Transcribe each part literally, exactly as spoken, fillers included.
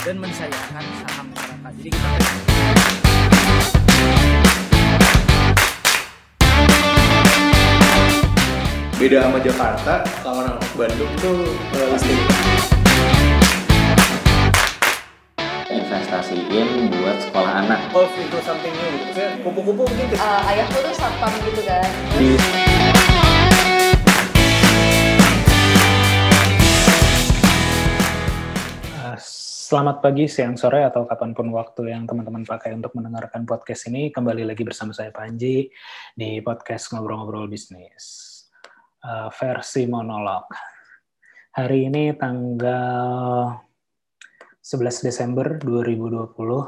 dan mensayangkan saham masyarakat. Jadi kita beda sama Jakarta, kalau anak Bandung tuh pasti investasiin buat sekolah anak. Golf itu something new gitu. Saya kupu-kupu mungkin uh, ayahku tuh satpam gitu kan. Di... Selamat pagi, siang, sore, atau kapanpun waktu yang teman-teman pakai untuk mendengarkan podcast ini. Kembali lagi bersama saya Panji di podcast Ngobrol-Ngobrol Bisnis. Uh, versi monolog. Hari ini tanggal sebelas Desember dua ribu dua puluh.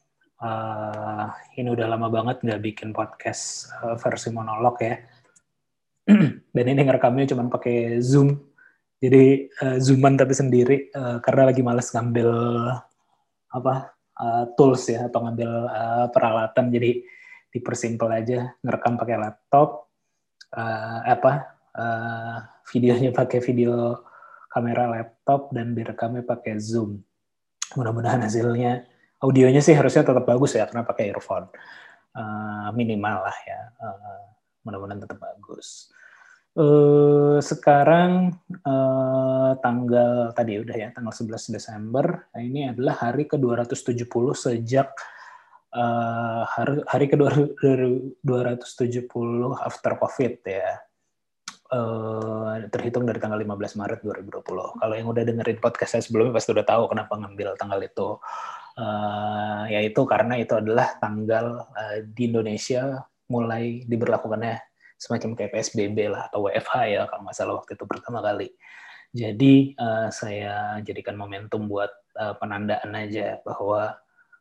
Uh, ini udah lama banget nggak bikin podcast uh, versi monolog ya. Dan ini ngerekamnya cuma pakai Zoom. Jadi uh, Zooman tapi sendiri uh, karena lagi males ngambil apa uh, tools ya atau ngambil uh, peralatan. Jadi dipersimpel aja ngerekam pakai laptop. Uh, apa uh, videonya pakai video kamera laptop dan direkamnya pakai Zoom. Mudah-mudahan hasilnya audionya sih harusnya tetap bagus ya karena pakai earphone uh, minimal lah ya. Uh, mudah-mudahan tetap bagus. Uh, sekarang uh, tanggal tadi udah ya tanggal sebelas Desember. Nah, ini adalah hari ke dua ratus tujuh puluh sejak uh, hari, hari ke dua ratus tujuh puluh after Covid ya. Uh, terhitung dari tanggal lima belas Maret dua ribu dua puluh. Kalau yang udah dengerin podcast saya sebelumnya pasti udah tahu kenapa ngambil tanggal itu. Uh, yaitu karena itu adalah tanggal uh, di Indonesia mulai diberlakukannya semacam kayak P S B B lah atau W F H ya kalau nggak salah waktu itu pertama kali. Jadi uh, saya jadikan momentum buat uh, penandaan aja bahwa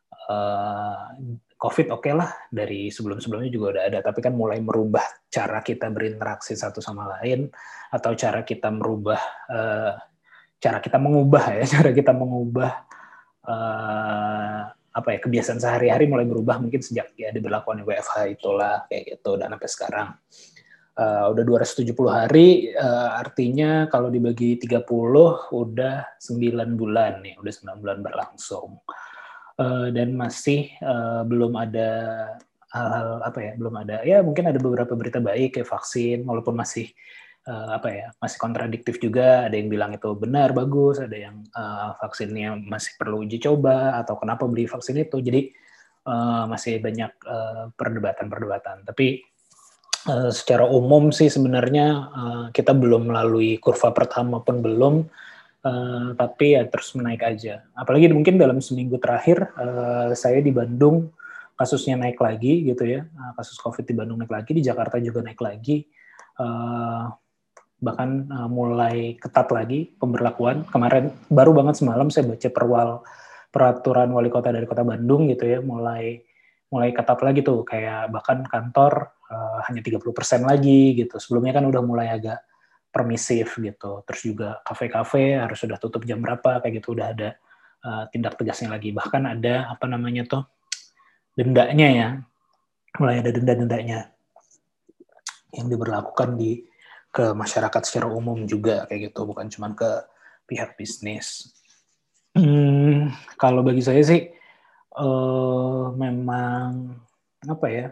uh, COVID oke okay lah, dari sebelum-sebelumnya juga udah ada, tapi kan mulai merubah cara kita berinteraksi satu sama lain atau cara kita merubah, uh, cara kita mengubah ya, cara kita mengubah uh, apa ya kebiasaan sehari-hari mulai berubah mungkin sejak ya diberlakukan W F H itulah kayak gitu dan sampai sekarang. Uh, udah dua ratus tujuh puluh hari, uh, artinya kalau dibagi tiga puluh udah sembilan bulan nih, udah sembilan bulan berlangsung. Uh, dan masih uh, belum ada hal-hal apa ya, belum ada ya mungkin ada beberapa berita baik kayak vaksin, walaupun masih uh, apa ya, masih kontradiktif juga, ada yang bilang itu benar bagus, ada yang uh, vaksinnya masih perlu uji coba atau kenapa beli vaksin itu. Jadi uh, masih banyak uh, perdebatan-perdebatan. Tapi Uh, secara umum sih sebenarnya uh, kita belum melalui kurva pertama pun belum, uh, tapi ya terus menaik aja. Apalagi mungkin dalam seminggu terakhir uh, saya di Bandung kasusnya naik lagi gitu ya, uh, kasus COVID di Bandung naik lagi, di Jakarta juga naik lagi, uh, bahkan uh, mulai ketat lagi pemberlakuan. Kemarin baru banget semalam saya baca perwal peraturan wali kota dari kota Bandung gitu ya, mulai mulai ketat lagi tuh, kayak bahkan kantor uh, hanya tiga puluh persen lagi gitu. Sebelumnya kan udah mulai agak permisif gitu. Terus juga kafe-kafe harus sudah tutup jam berapa, kayak gitu udah ada uh, tindak tegasnya lagi. Bahkan ada apa namanya tuh, dendanya ya. Mulai ada denda-dendanya yang diberlakukan di ke masyarakat secara umum juga kayak gitu, bukan cuma ke pihak bisnis. Hmm, kalau bagi saya sih Uh, memang apa ya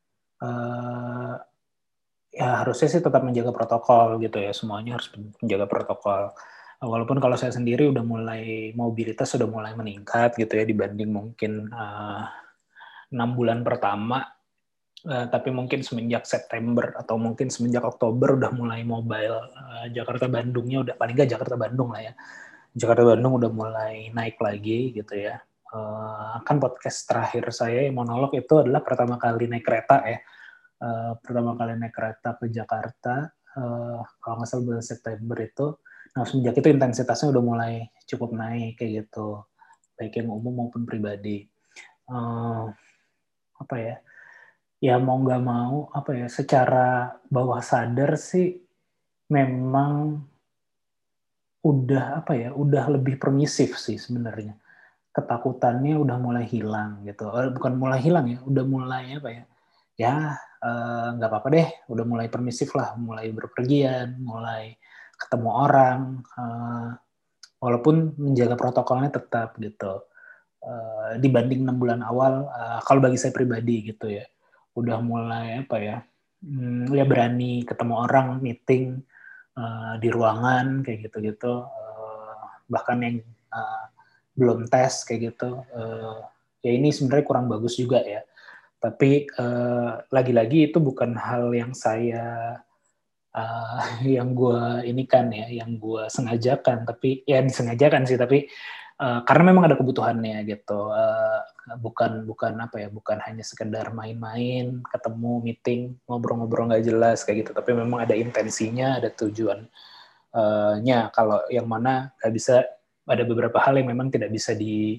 uh, ya harusnya sih tetap menjaga protokol gitu ya, semuanya harus menjaga protokol. Walaupun kalau saya sendiri udah mulai mobilitas sudah mulai meningkat gitu ya dibanding mungkin uh, enam bulan pertama, uh, tapi mungkin semenjak September atau mungkin semenjak Oktober udah mulai mobile uh, Jakarta Bandungnya udah paling nggak Jakarta Bandung lah ya, Jakarta Bandung udah mulai naik lagi gitu ya. Uh, kan podcast terakhir saya yang monolog itu adalah pertama kali naik kereta ya, uh, pertama kali naik kereta ke Jakarta, uh, kalau nggak salah bulan September itu. Nah semenjak itu intensitasnya udah mulai cukup naik kayak gitu, baik yang umum maupun pribadi. Uh, apa ya, ya mau nggak mau apa ya, secara bawah sadar sih memang udah apa ya, udah lebih permisif sih sebenarnya. Ketakutannya udah mulai hilang gitu. Bukan mulai hilang ya, udah mulai apa ya, ya nggak uh, apa-apa deh, udah mulai permisif lah, mulai berpergian, mulai ketemu orang, uh, walaupun menjaga protokolnya tetap gitu. Uh, dibanding enam bulan awal, uh, kalau bagi saya pribadi gitu ya, udah mulai apa ya, hmm, ya berani ketemu orang, meeting uh, di ruangan kayak gitu-gitu, uh, bahkan yang uh, belum tes kayak gitu, uh, ya ini sebenarnya kurang bagus juga ya. Tapi uh, lagi-lagi itu bukan hal yang saya uh, yang gue ini kan ya, yang gue sengajakan, tapi ya disengajakan sih, tapi uh, karena memang ada kebutuhannya gitu, uh, bukan bukan apa ya, bukan hanya sekedar main-main, ketemu, meeting, ngobrol-ngobrol nggak jelas kayak gitu, tapi memang ada intensinya, ada tujuannya. Kalau yang mana nggak bisa, ada beberapa hal yang memang tidak bisa di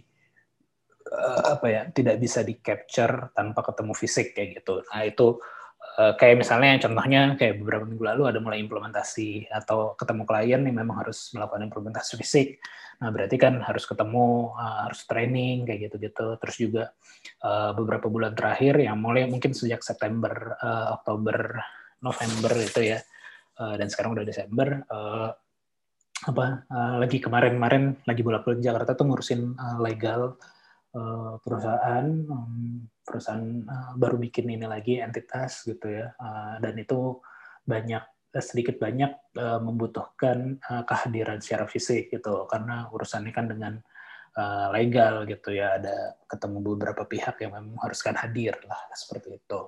uh, apa ya, tidak bisa di capture tanpa ketemu fisik kayak gitu. Nah itu Uh, kayak misalnya contohnya kayak beberapa minggu lalu ada mulai implementasi atau ketemu klien yang memang harus melakukan implementasi fisik. Nah berarti kan harus ketemu, uh, harus training kayak gitu-gitu. Terus juga uh, beberapa bulan terakhir yang mulai mungkin sejak September, uh, Oktober, November itu ya, uh, dan sekarang udah Desember. Uh, apa uh, lagi kemarin-kemarin lagi bolak-balik Jakarta tuh ngurusin uh, legal uh, perusahaan um, perusahaan uh, baru bikin ini lagi entitas gitu ya, uh, dan itu banyak sedikit banyak uh, membutuhkan uh, kehadiran secara fisik gitu karena urusannya kan dengan uh, legal gitu ya, ada ketemu beberapa pihak yang memang haruskan hadir lah seperti itu.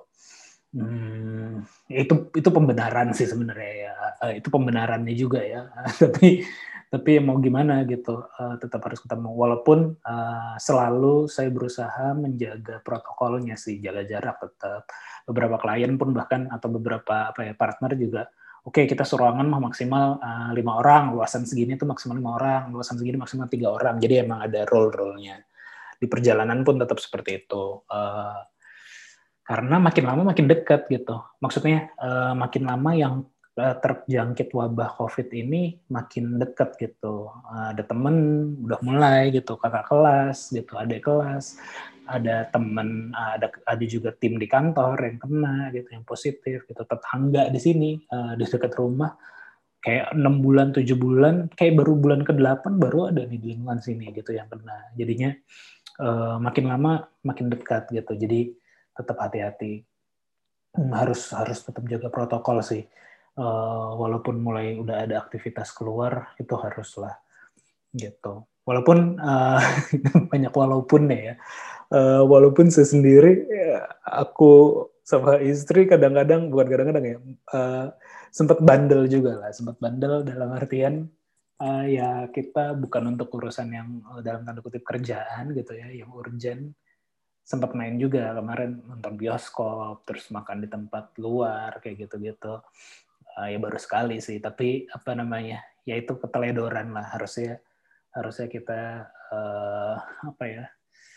Hmm, itu itu pembenaran sih sebenarnya ya, uh, itu pembenarannya juga ya, tapi tapi mau gimana gitu, uh, tetap harus ketemu walaupun uh, selalu saya berusaha menjaga protokolnya sih, jaga jarak tetap. Beberapa klien pun bahkan atau beberapa apa ya partner juga, oke okay, kita seruangan mah maksimal uh, lima orang, luasan segini tuh maksimal lima orang, luasan segini maksimal tiga orang, jadi emang ada role-role-nya. Di perjalanan pun tetap seperti itu. Uh, karena makin lama makin dekat gitu. Maksudnya uh, makin lama yang uh, terjangkit wabah COVID ini makin dekat gitu. Uh, ada temen udah mulai gitu, kakak kelas gitu, adik kelas, ada temen, uh, ada ada juga tim di kantor yang kena gitu, yang positif gitu. Tetangga di sini uh, di dekat rumah kayak enam bulan, tujuh bulan, kayak baru bulan kedelapan baru ada di lingkungan sini gitu yang kena. Jadinya uh, makin lama makin dekat gitu. Jadi tetap hati-hati, harus harus tetap jaga protokol sih, uh, walaupun mulai udah ada aktivitas keluar itu haruslah gitu, walaupun uh, banyak walaupun ya, uh, walaupun saya sendiri ya, aku sama istri kadang-kadang bukan kadang-kadang ya, uh, sempat bandel juga lah, sempat bandel dalam artian uh, ya kita bukan untuk urusan yang uh, dalam tanda kutip kerjaan gitu ya, yang urgent. Sempat main juga kemarin, nonton bioskop, terus makan di tempat luar kayak gitu-gitu. Uh, ya baru sekali sih, tapi apa namanya, ya itu keteledoran lah, harusnya harusnya kita uh, apa ya,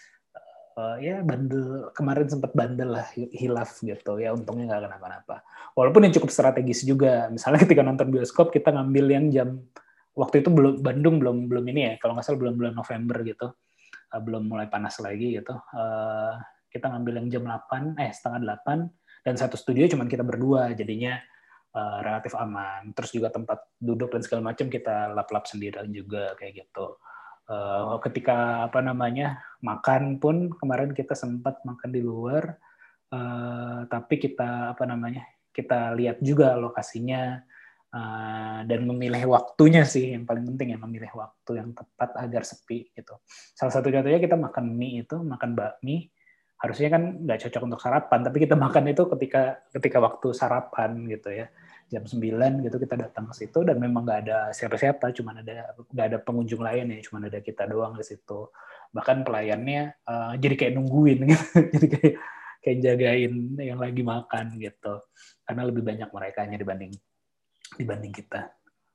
uh, ya bandel, kemarin sempat bandel lah, hilaf gitu ya, untungnya nggak kenapa-napa. Walaupun yang cukup strategis juga, misalnya ketika nonton bioskop kita ngambil yang jam, waktu itu belum, Bandung belum belum ini ya, kalau nggak salah belum bulan November gitu, uh, belum mulai panas lagi gitu. Uh, kita ngambil yang jam delapan, eh setengah delapan, dan satu studio cuma kita berdua, jadinya uh, relatif aman. Terus juga tempat duduk dan segala macam kita lap-lap sendiri juga kayak gitu. Uh, ketika apa namanya makan pun kemarin kita sempat makan di luar, uh, tapi kita apa namanya kita lihat juga lokasinya. Uh, dan memilih waktunya sih yang paling penting ya, memilih waktu yang tepat agar sepi gitu. Salah satu contohnya kita makan mie itu, makan bakmi, harusnya kan nggak cocok untuk sarapan, tapi kita makan itu ketika ketika waktu sarapan gitu ya, jam sembilan gitu kita datang ke situ dan memang nggak ada siapa-siapa, cuma ada nggak ada pengunjung lain ya, cuma ada kita doang di situ. Bahkan pelayannya uh, jadi kayak nungguin gitu, jadi kayak kayak jagain yang lagi makan gitu, karena lebih banyak merekanya dibanding dibanding kita.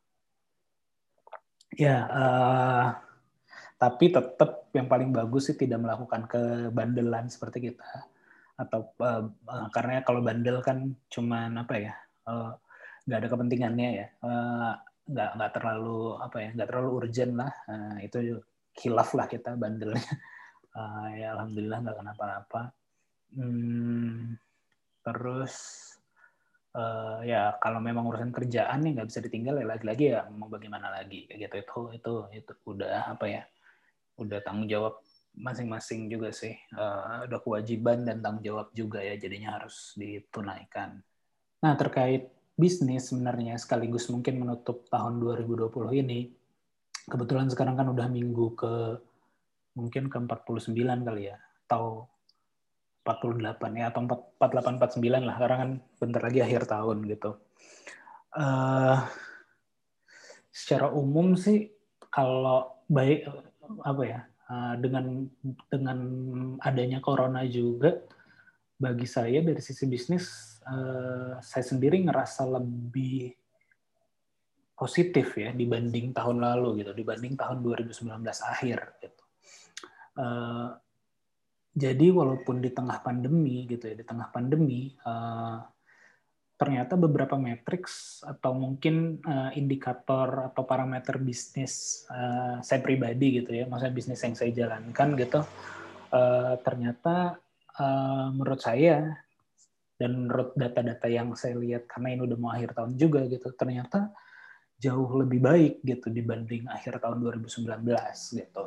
Ya, uh, tapi tetap yang paling bagus sih tidak melakukan kebandelan seperti kita. Atau uh, uh, karena kalau bandel kan cuman apa ya, uh, nggak ada kepentingannya ya, uh, nggak nggak terlalu apa ya, nggak terlalu urgent lah. Uh, itu khilaf lah kita bandelnya. Uh, ya alhamdulillah nggak kenapa-napa. Hmm, terus uh, ya kalau memang urusan kerjaan yang nggak bisa ditinggal ya lagi-lagi ya mau bagaimana lagi kayak gitu itu itu itu udah apa ya udah tanggung jawab masing-masing juga sih, uh, ada kewajiban dan tanggung jawab juga ya jadinya harus ditunaikan. Nah terkait bisnis sebenarnya sekaligus mungkin menutup tahun dua ribu dua puluh ini, kebetulan sekarang kan udah minggu ke mungkin ke empat puluh sembilan kali ya atau empat puluh delapan ya atau empat puluh delapan empat puluh sembilan lah karena kan bentar lagi akhir tahun gitu. Uh, secara umum sih kalau baik apa ya uh, dengan dengan adanya corona juga bagi saya dari sisi bisnis uh, saya sendiri ngerasa lebih positif ya dibanding tahun lalu gitu, dibanding tahun dua ribu sembilan belas akhir gitu. Uh, jadi walaupun di tengah pandemi gitu ya, di tengah pandemi uh, ternyata beberapa matriks atau mungkin uh, indikator atau parameter bisnis uh, saya pribadi gitu ya, maksudnya bisnis yang saya jalankan gitu, uh, ternyata uh, menurut saya dan menurut data-data yang saya lihat karena ini udah mau akhir tahun juga gitu, ternyata jauh lebih baik gitu dibanding akhir tahun dua ribu sembilan belas gitu.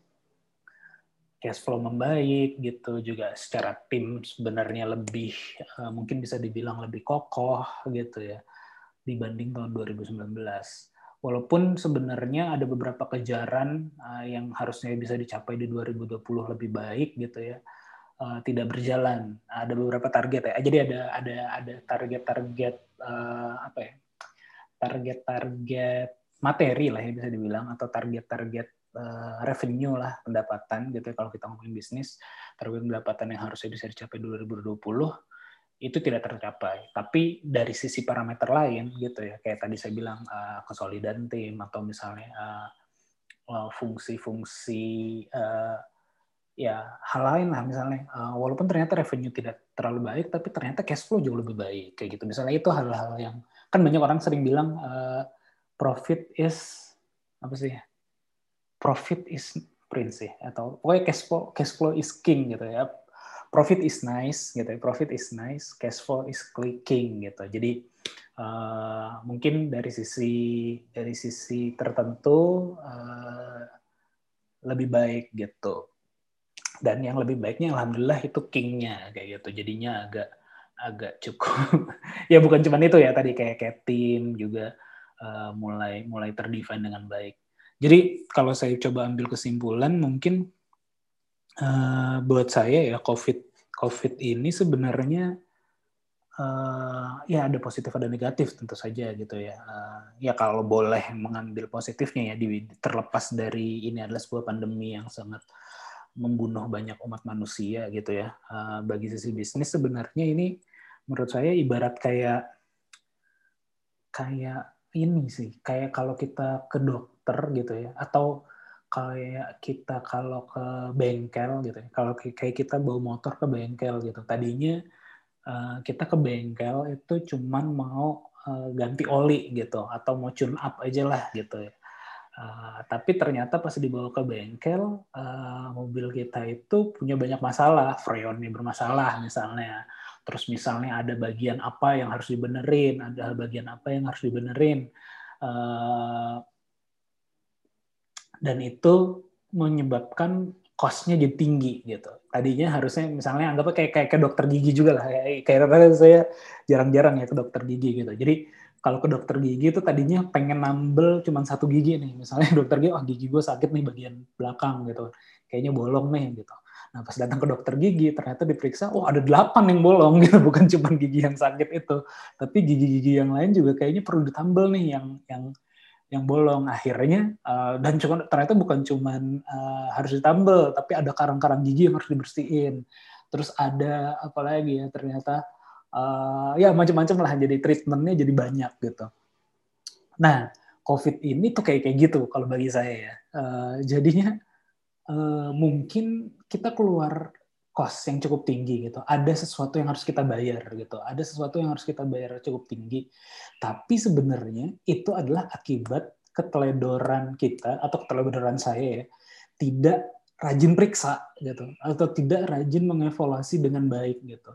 Cash flow membaik gitu, juga secara tim sebenarnya lebih uh, mungkin bisa dibilang lebih kokoh gitu ya dibanding tahun dua ribu sembilan belas. Walaupun sebenarnya ada beberapa kejaran uh, yang harusnya bisa dicapai di dua ribu dua puluh lebih baik gitu ya, uh, tidak berjalan. Ada beberapa target ya. Jadi ada ada ada target-target uh, apa ya? Target-target materi lah ya bisa dibilang, atau target-target uh, revenue lah, pendapatan gitu ya, kalau kita ngomongin bisnis, target pendapatan yang harusnya bisa dicapai dua ribu dua puluh itu tidak tercapai. Tapi dari sisi parameter lain gitu ya, kayak tadi saya bilang uh, kesolidan tim atau misalnya uh, uh, fungsi-fungsi uh, ya hal lain lah misalnya, uh, walaupun ternyata revenue tidak terlalu baik, tapi ternyata cash flow jauh lebih baik kayak gitu. Misalnya itu hal-hal yang kan banyak orang sering bilang uh, profit is apa sih? Profit is prince ya, atau pokoknya cash flow cash flow is king gitu ya. Profit is nice gitu ya. Profit is nice, cash flow is king gitu. Jadi uh, mungkin dari sisi dari sisi tertentu uh, lebih baik gitu. Dan yang lebih baiknya alhamdulillah itu kingnya kayak gitu. Jadinya agak agak cukup. Ya bukan cuma itu ya, tadi kayak kayak tim juga uh, mulai mulai terdefine dengan baik. Jadi kalau saya coba ambil kesimpulan mungkin uh, buat saya ya COVID COVID ini sebenarnya uh, ya ada positif ada negatif tentu saja gitu ya. Uh, ya kalau boleh mengambil positifnya ya, di, terlepas dari ini adalah sebuah pandemi yang sangat membunuh banyak umat manusia gitu ya. Uh, bagi sisi bisnis sebenarnya ini menurut saya ibarat kayak kayak ini sih, kayak kalau kita ke dokter gitu ya, atau kayak kita kalau ke bengkel gitu ya, kalau kayak kita bawa motor ke bengkel gitu, tadinya uh, kita ke bengkel itu cuman mau uh, ganti oli gitu, atau mau tune up aja lah gitu ya. Uh, tapi ternyata pas dibawa ke bengkel, uh, mobil kita itu punya banyak masalah, freonnya bermasalah misalnya, terus misalnya ada bagian apa yang harus dibenerin, ada bagian apa yang harus dibenerin, uh, dan itu menyebabkan cost-nya jadi tinggi gitu. Tadinya harusnya misalnya anggapnya kayak kayak ke dokter gigi juga lah, kayak kayak saya jarang-jarang ya ke dokter gigi gitu. Jadi kalau ke dokter gigi itu tadinya pengen nambel cuma satu gigi nih, misalnya dokter gigi, oh gigi gue sakit nih bagian belakang gitu, kayaknya bolong nih gitu. Nah pas datang ke dokter gigi ternyata diperiksa, oh ada delapan yang bolong gitu, bukan cuma gigi yang sakit itu, tapi gigi-gigi yang lain juga kayaknya perlu ditambel nih yang yang yang bolong. Akhirnya uh, dan cuma ternyata bukan cuma uh, harus ditambel, tapi ada karang-karang gigi yang harus dibersihin. Terus ada apa lagi ya ternyata. Uh, ya macam-macam lah, jadi treatmentnya jadi banyak gitu. Nah, COVID ini tuh kayak kayak gitu kalau bagi saya ya. Uh, jadinya uh, mungkin kita keluar cost yang cukup tinggi gitu. Ada sesuatu yang harus kita bayar gitu. Ada sesuatu yang harus kita bayar cukup tinggi. Tapi sebenarnya itu adalah akibat keteledoran kita atau keteledoran saya ya, tidak rajin periksa gitu, atau tidak rajin mengevaluasi dengan baik gitu.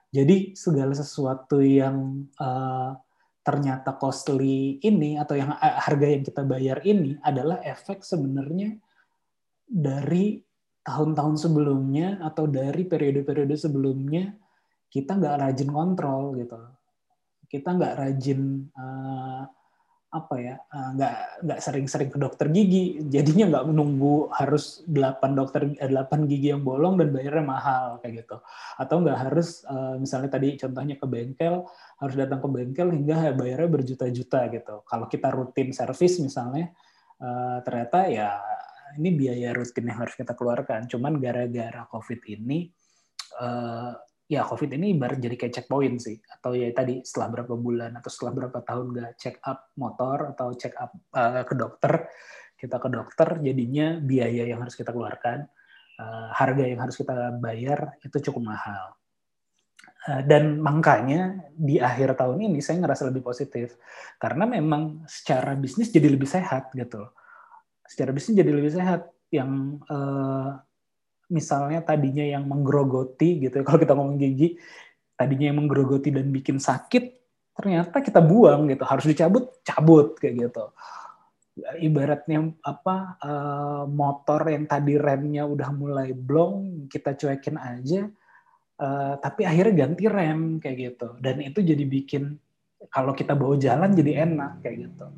Jadi segala sesuatu yang uh, ternyata costly ini atau yang uh, harga yang kita bayar ini adalah efek sebenarnya dari tahun-tahun sebelumnya atau dari periode-periode sebelumnya kita nggak rajin kontrol gitu. Kita nggak rajin uh, apa ya uh, nggak nggak sering-sering ke dokter gigi, jadinya nggak menunggu harus delapan dokter delapan gigi yang bolong dan bayarnya mahal kayak gitu, atau nggak harus uh, misalnya tadi contohnya ke bengkel harus datang ke bengkel hingga bayarnya berjuta-juta gitu. Kalau kita rutin servis misalnya uh, ternyata ya ini biaya rutin yang harus kita keluarkan. Cuman gara-gara COVID ini uh, ya COVID ini ibarat jadi kayak checkpoint sih, atau ya tadi setelah berapa bulan atau setelah berapa tahun nggak check up motor atau check up uh, ke dokter, kita ke dokter jadinya biaya yang harus kita keluarkan, uh, harga yang harus kita bayar itu cukup mahal. Uh, dan makanya di akhir tahun ini saya ngerasa lebih positif karena memang secara bisnis jadi lebih sehat gitu. Secara bisnis jadi lebih sehat yang uh, misalnya tadinya yang menggerogoti gitu ya, kalau kita ngomong gigi, tadinya yang menggerogoti dan bikin sakit, ternyata kita buang gitu, harus dicabut, cabut kayak gitu. Ibaratnya apa uh, motor yang tadi remnya udah mulai blong, kita cuekin aja, uh, tapi akhirnya ganti rem kayak gitu, dan itu jadi bikin kalau kita bawa jalan jadi enak kayak gitu.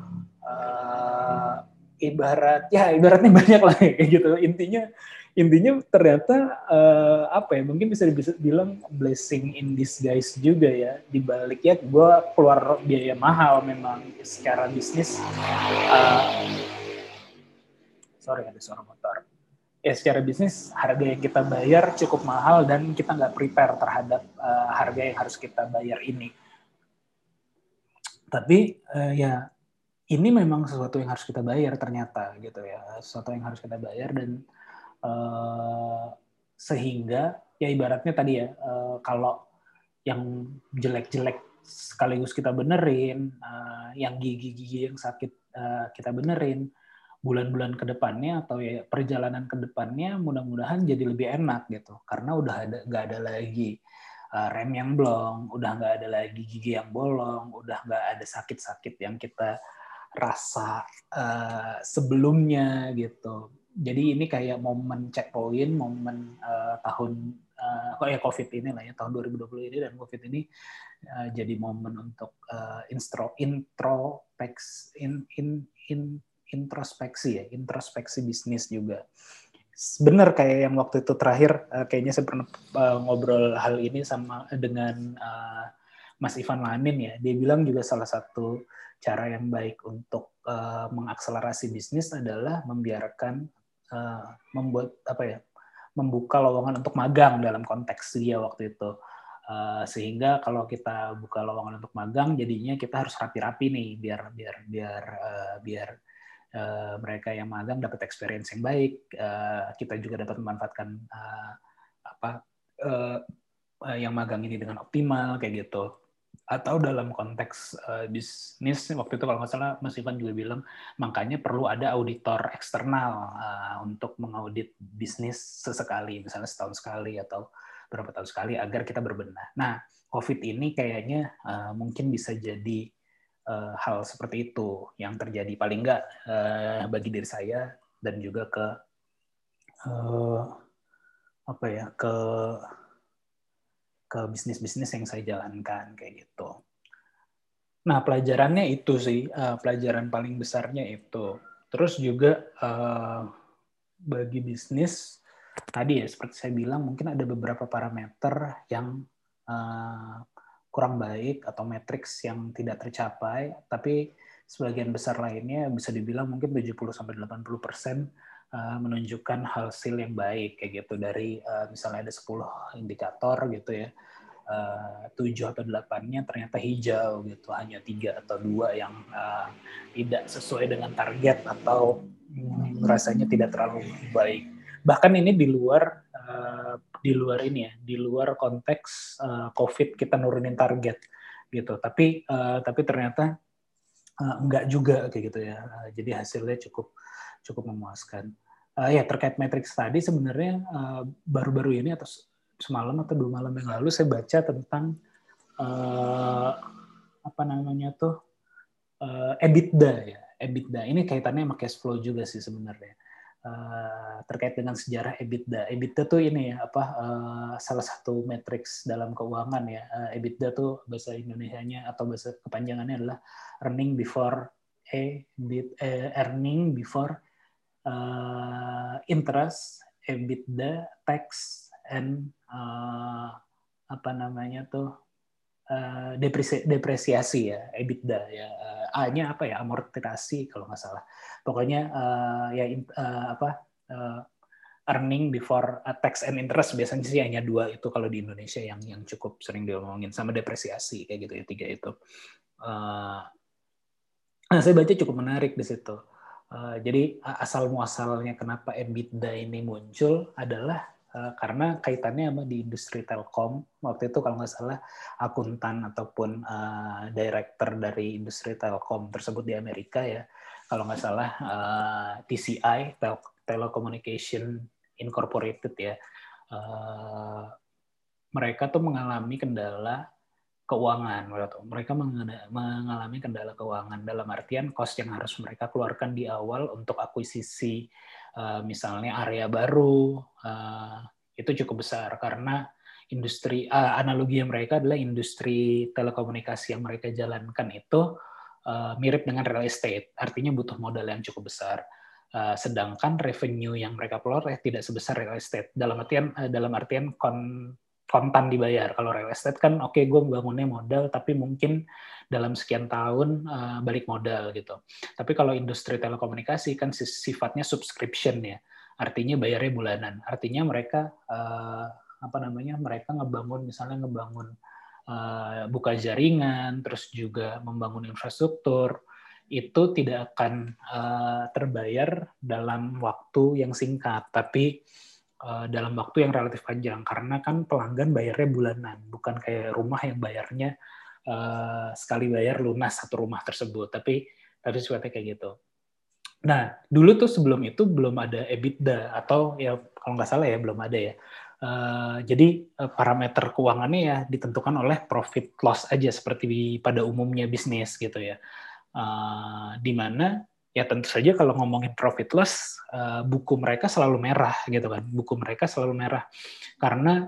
Uh, ibarat ya ibaratnya banyak lah kayak gitu. Intinya intinya ternyata uh, apa ya mungkin bisa dibilang blessing in disguise juga ya, dibalik ya gue keluar biaya mahal memang secara bisnis, uh, sorry ada suara motor ya, secara bisnis harga yang kita bayar cukup mahal dan kita nggak prepare terhadap uh, harga yang harus kita bayar ini. Tapi uh, ya ini memang sesuatu yang harus kita bayar ternyata gitu ya, sesuatu yang harus kita bayar. Dan Uh, sehingga ya ibaratnya tadi ya uh, kalau yang jelek-jelek sekaligus kita benerin, uh, yang gigi-gigi yang sakit uh, kita benerin, bulan-bulan ke depannya atau ya perjalanan ke depannya mudah-mudahan jadi lebih enak gitu, karena udah ada nggak ada lagi uh, rem yang blong, udah nggak ada lagi gigi yang bolong, udah nggak ada sakit-sakit yang kita rasa uh, sebelumnya gitu. Jadi ini kayak momen checkpoint, momen uh, tahun uh, oh ya COVID ini lah ya, tahun dua ribu dua puluh ini dan COVID ini uh, jadi momen untuk uh, instro, introspeks, in, in, in, introspeksi ya, introspeksi bisnis juga. Benar kayak yang waktu itu terakhir, uh, kayaknya saya pernah uh, ngobrol hal ini sama dengan uh, Mas Ivan Lanin ya, dia bilang juga salah satu cara yang baik untuk uh, mengakselerasi bisnis adalah membiarkan Uh, membuat apa ya membuka lowongan untuk magang dalam konteks dia waktu itu, uh, sehingga kalau kita buka lowongan untuk magang jadinya kita harus rapi-rapi nih biar biar biar uh, biar uh, mereka yang magang dapat experience yang baik, uh, kita juga dapat memanfaatkan uh, apa uh, uh, yang magang ini dengan optimal kayak gitu. Atau dalam konteks uh, bisnis waktu itu kalau nggak salah Mas Ivan juga bilang makanya perlu ada auditor eksternal uh, untuk mengaudit bisnis sesekali, misalnya setahun sekali atau berapa tahun sekali agar kita berbenah. Nah, COVID ini kayaknya uh, mungkin bisa jadi uh, hal seperti itu yang terjadi, paling nggak uh, bagi diri saya dan juga ke uh, apa ya ke ke bisnis-bisnis yang saya jalankan kayak gitu. Nah, pelajarannya itu sih, uh, pelajaran paling besarnya itu. Terus juga uh, bagi bisnis, tadi ya seperti saya bilang, mungkin ada beberapa parameter yang uh, kurang baik atau matriks yang tidak tercapai, tapi sebagian besar lainnya bisa dibilang mungkin tujuh puluh sampai delapan puluh persen uh, menunjukkan hasil yang baik kayak gitu. Dari uh, misalnya ada sepuluh indikator gitu ya, Uh, tujuh atau delapannya ternyata hijau gitu, hanya tiga atau dua yang uh, tidak sesuai dengan target atau hmm, rasanya tidak terlalu baik. Bahkan ini di luar uh, di luar ini ya, di luar konteks uh, COVID kita nurunin target gitu. Tapi uh, tapi ternyata uh, enggak juga kayak gitu ya. Uh, jadi hasilnya cukup cukup memuaskan. Uh, ya terkait matriks tadi sebenarnya uh, baru-baru ini atau semalam atau dua malam yang lalu saya baca tentang uh, apa namanya tuh uh, EBITDA ya. EBITDA ini kaitannya sama cash flow juga sih sebenarnya. Uh, terkait dengan sejarah EBITDA. EBITDA tuh ini ya apa uh, salah satu matriks dalam keuangan ya. Uh, EBITDA tuh bahasa Indonesianya atau bahasa kepanjangannya adalah earning before EBIT, eh, earning before uh, interest, EBITDA, tax, and uh, apa namanya tuh uh, depresi- depresiasi ya, EBITDA ya. Uh, A-nya apa ya, amortisasi kalau nggak salah. Pokoknya uh, ya uh, apa uh, earning before uh, tax and interest biasanya sih hanya dua itu kalau di Indonesia yang yang cukup sering diomongin, sama depresiasi kayak gitu ya, tiga itu. Uh, nah saya baca cukup menarik di situ. Uh, jadi asal muasalnya kenapa EBITDA ini muncul adalah uh, karena kaitannya sama di industri telkom. Waktu itu kalau nggak salah akuntan ataupun uh, director dari industri telkom tersebut di Amerika ya, kalau nggak salah uh, T C I, Tel- Telecommunication Incorporated ya, uh, mereka tuh mengalami kendala keuangan. Mereka mengalami kendala keuangan dalam artian cost yang harus mereka keluarkan di awal untuk akuisisi misalnya area baru itu cukup besar karena industri analogi yang mereka adalah industri telekomunikasi yang mereka jalankan itu mirip dengan real estate, artinya butuh modal yang cukup besar. Sedangkan revenue yang mereka peroleh tidak sebesar real estate. Dalam artian dalam artian kon kontan dibayar. Kalau real estate kan oke okay, gue bangunnya modal tapi mungkin dalam sekian tahun uh, balik modal gitu. Tapi kalau industri telekomunikasi kan sifatnya subscription ya. Artinya bayarnya bulanan. Artinya mereka uh, apa namanya? Mereka ngebangun misalnya ngebangun uh, buka jaringan, terus juga membangun infrastruktur itu tidak akan uh, terbayar dalam waktu yang singkat, tapi dalam waktu yang relatif panjang karena kan pelanggan bayarnya bulanan, bukan kayak rumah yang bayarnya uh, sekali bayar lunas satu rumah tersebut, tapi tapi sifatnya kayak gitu. Nah dulu tuh sebelum itu belum ada EBITDA atau ya kalau nggak salah ya belum ada ya. Uh, jadi uh, parameter keuangannya ya ditentukan oleh profit loss aja seperti pada umumnya bisnis gitu ya. Uh, di mana ya tentu saja kalau ngomongin profit loss, uh, buku mereka selalu merah gitu kan, buku mereka selalu merah karena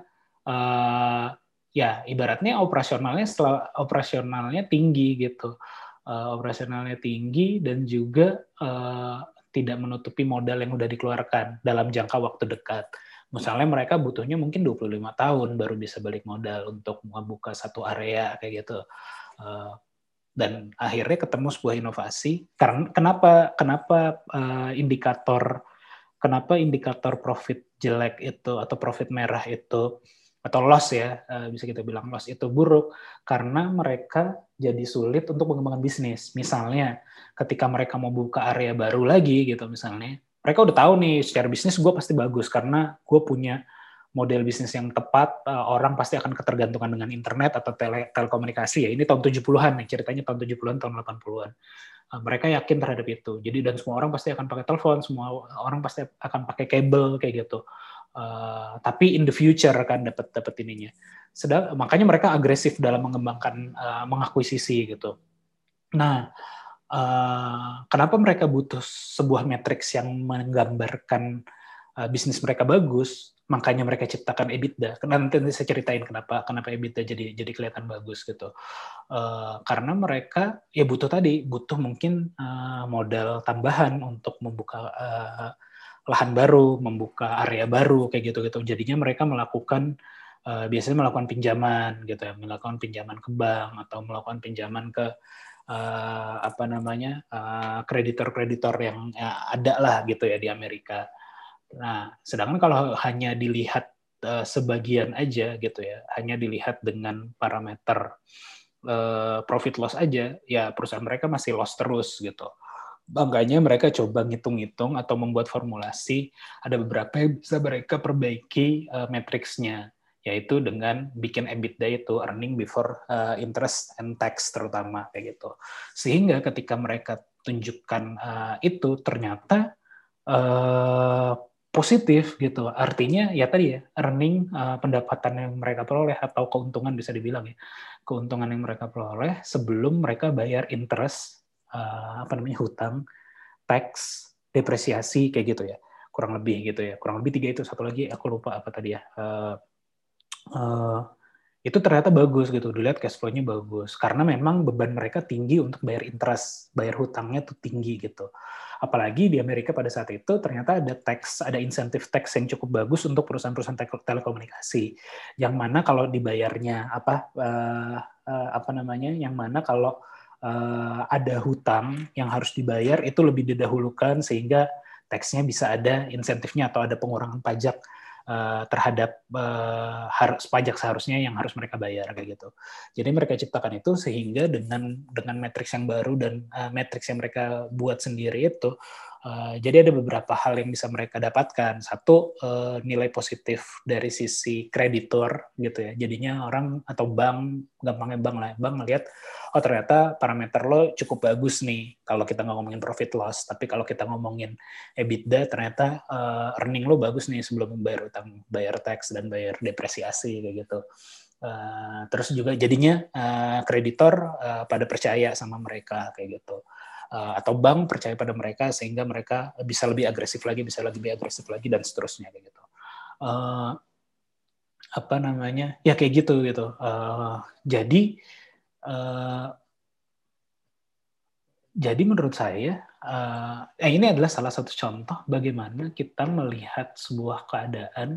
uh, ya ibaratnya operasionalnya setelah operasionalnya tinggi gitu, uh, operasionalnya tinggi dan juga uh, tidak menutupi modal yang udah dikeluarkan dalam jangka waktu dekat. Misalnya mereka butuhnya mungkin dua puluh lima tahun baru bisa balik modal untuk membuka satu area kayak gitu. Uh, dan akhirnya ketemu sebuah inovasi. Karena kenapa kenapa uh, indikator kenapa indikator profit jelek itu atau profit merah itu atau loss ya uh, bisa kita bilang loss itu buruk karena mereka jadi sulit untuk mengembangkan bisnis. Misalnya ketika mereka mau buka area baru lagi gitu misalnya, mereka udah tahu nih secara bisnis gue pasti bagus karena gue punya model bisnis yang tepat, uh, orang pasti akan ketergantungan dengan internet atau tele, telekomunikasi ya. Ini tahun tujuh puluhan nih, ceritanya tahun tujuh puluhan, tahun delapan puluhan. Uh, mereka yakin terhadap itu. Jadi dan semua orang pasti akan pakai telepon, semua orang pasti akan pakai kabel kayak gitu. Uh, tapi in the future kan dapat dapat ininya. Sedang makanya mereka agresif dalam mengembangkan uh, mengakuisisi gitu. Nah, uh, kenapa mereka butuh sebuah matriks yang menggambarkan uh, bisnis mereka bagus? Makanya mereka ciptakan EBITDA. Nanti saya ceritain kenapa kenapa EBITDA jadi jadi kelihatan bagus gitu. Uh, karena mereka ya butuh tadi butuh mungkin uh, modal tambahan untuk membuka uh, lahan baru, membuka area baru kayak gitu-gitu. Jadinya mereka melakukan uh, biasanya melakukan pinjaman gitu ya, melakukan pinjaman ke bank atau melakukan pinjaman ke uh, apa namanya uh, kreditor-kreditor yang ya, ada lah gitu ya di Amerika. Nah, sedangkan kalau hanya dilihat uh, sebagian aja gitu ya, hanya dilihat dengan parameter uh, profit loss aja, ya perusahaan mereka masih loss terus gitu. Makanya mereka coba ngitung-ngitung atau membuat formulasi, ada beberapa yang bisa mereka perbaiki uh, matriksnya, yaitu dengan bikin EBITDA itu, earning before uh, interest and tax terutama, kayak gitu. Sehingga ketika mereka tunjukkan uh, itu, ternyata uh, positif gitu. Artinya ya tadi ya, earning, uh, pendapatan yang mereka peroleh atau keuntungan bisa dibilang ya, keuntungan yang mereka peroleh sebelum mereka bayar interest, uh, apa namanya, hutang, tax, depresiasi kayak gitu ya, kurang lebih gitu ya, kurang lebih tiga itu. Satu lagi aku lupa apa tadi ya. Uh, uh, itu ternyata bagus gitu, dilihat cash flow-nya bagus, karena memang beban mereka tinggi untuk bayar interest, bayar hutangnya tuh tinggi gitu. Apalagi di Amerika pada saat itu ternyata ada tax, ada insentif tax yang cukup bagus untuk perusahaan-perusahaan telekomunikasi, yang mana kalau dibayarnya apa uh, uh, apa namanya, yang mana kalau uh, ada hutang yang harus dibayar itu lebih didahulukan sehingga tax-nya bisa ada insentifnya atau ada pengurangan pajak Uh, terhadap uh, harus pajak seharusnya yang harus mereka bayar kayak gitu. Jadi mereka ciptakan itu sehingga dengan dengan matriks yang baru dan uh, matriks yang mereka buat sendiri itu, uh, jadi ada beberapa hal yang bisa mereka dapatkan. Satu, uh, nilai positif dari sisi kreditor gitu ya. Jadinya orang atau bank, gampangnya bank lah, bank melihat oh ternyata parameter lo cukup bagus nih kalau kita nggak ngomongin profit loss, tapi kalau kita ngomongin EBITDA ternyata uh, earning lo bagus nih sebelum membayar utang, bayar tax dan bayar depresiasi kayak gitu. Uh, terus juga jadinya uh, kreditor uh, pada percaya sama mereka kayak gitu. Uh, atau bank percaya pada mereka sehingga mereka bisa lebih agresif lagi, bisa lebih agresif lagi dan seterusnya kayak gitu. Uh, apa namanya? Ya kayak gitu gitu. Uh, jadi Uh, jadi menurut saya, uh, eh, ini adalah salah satu contoh bagaimana kita melihat sebuah keadaan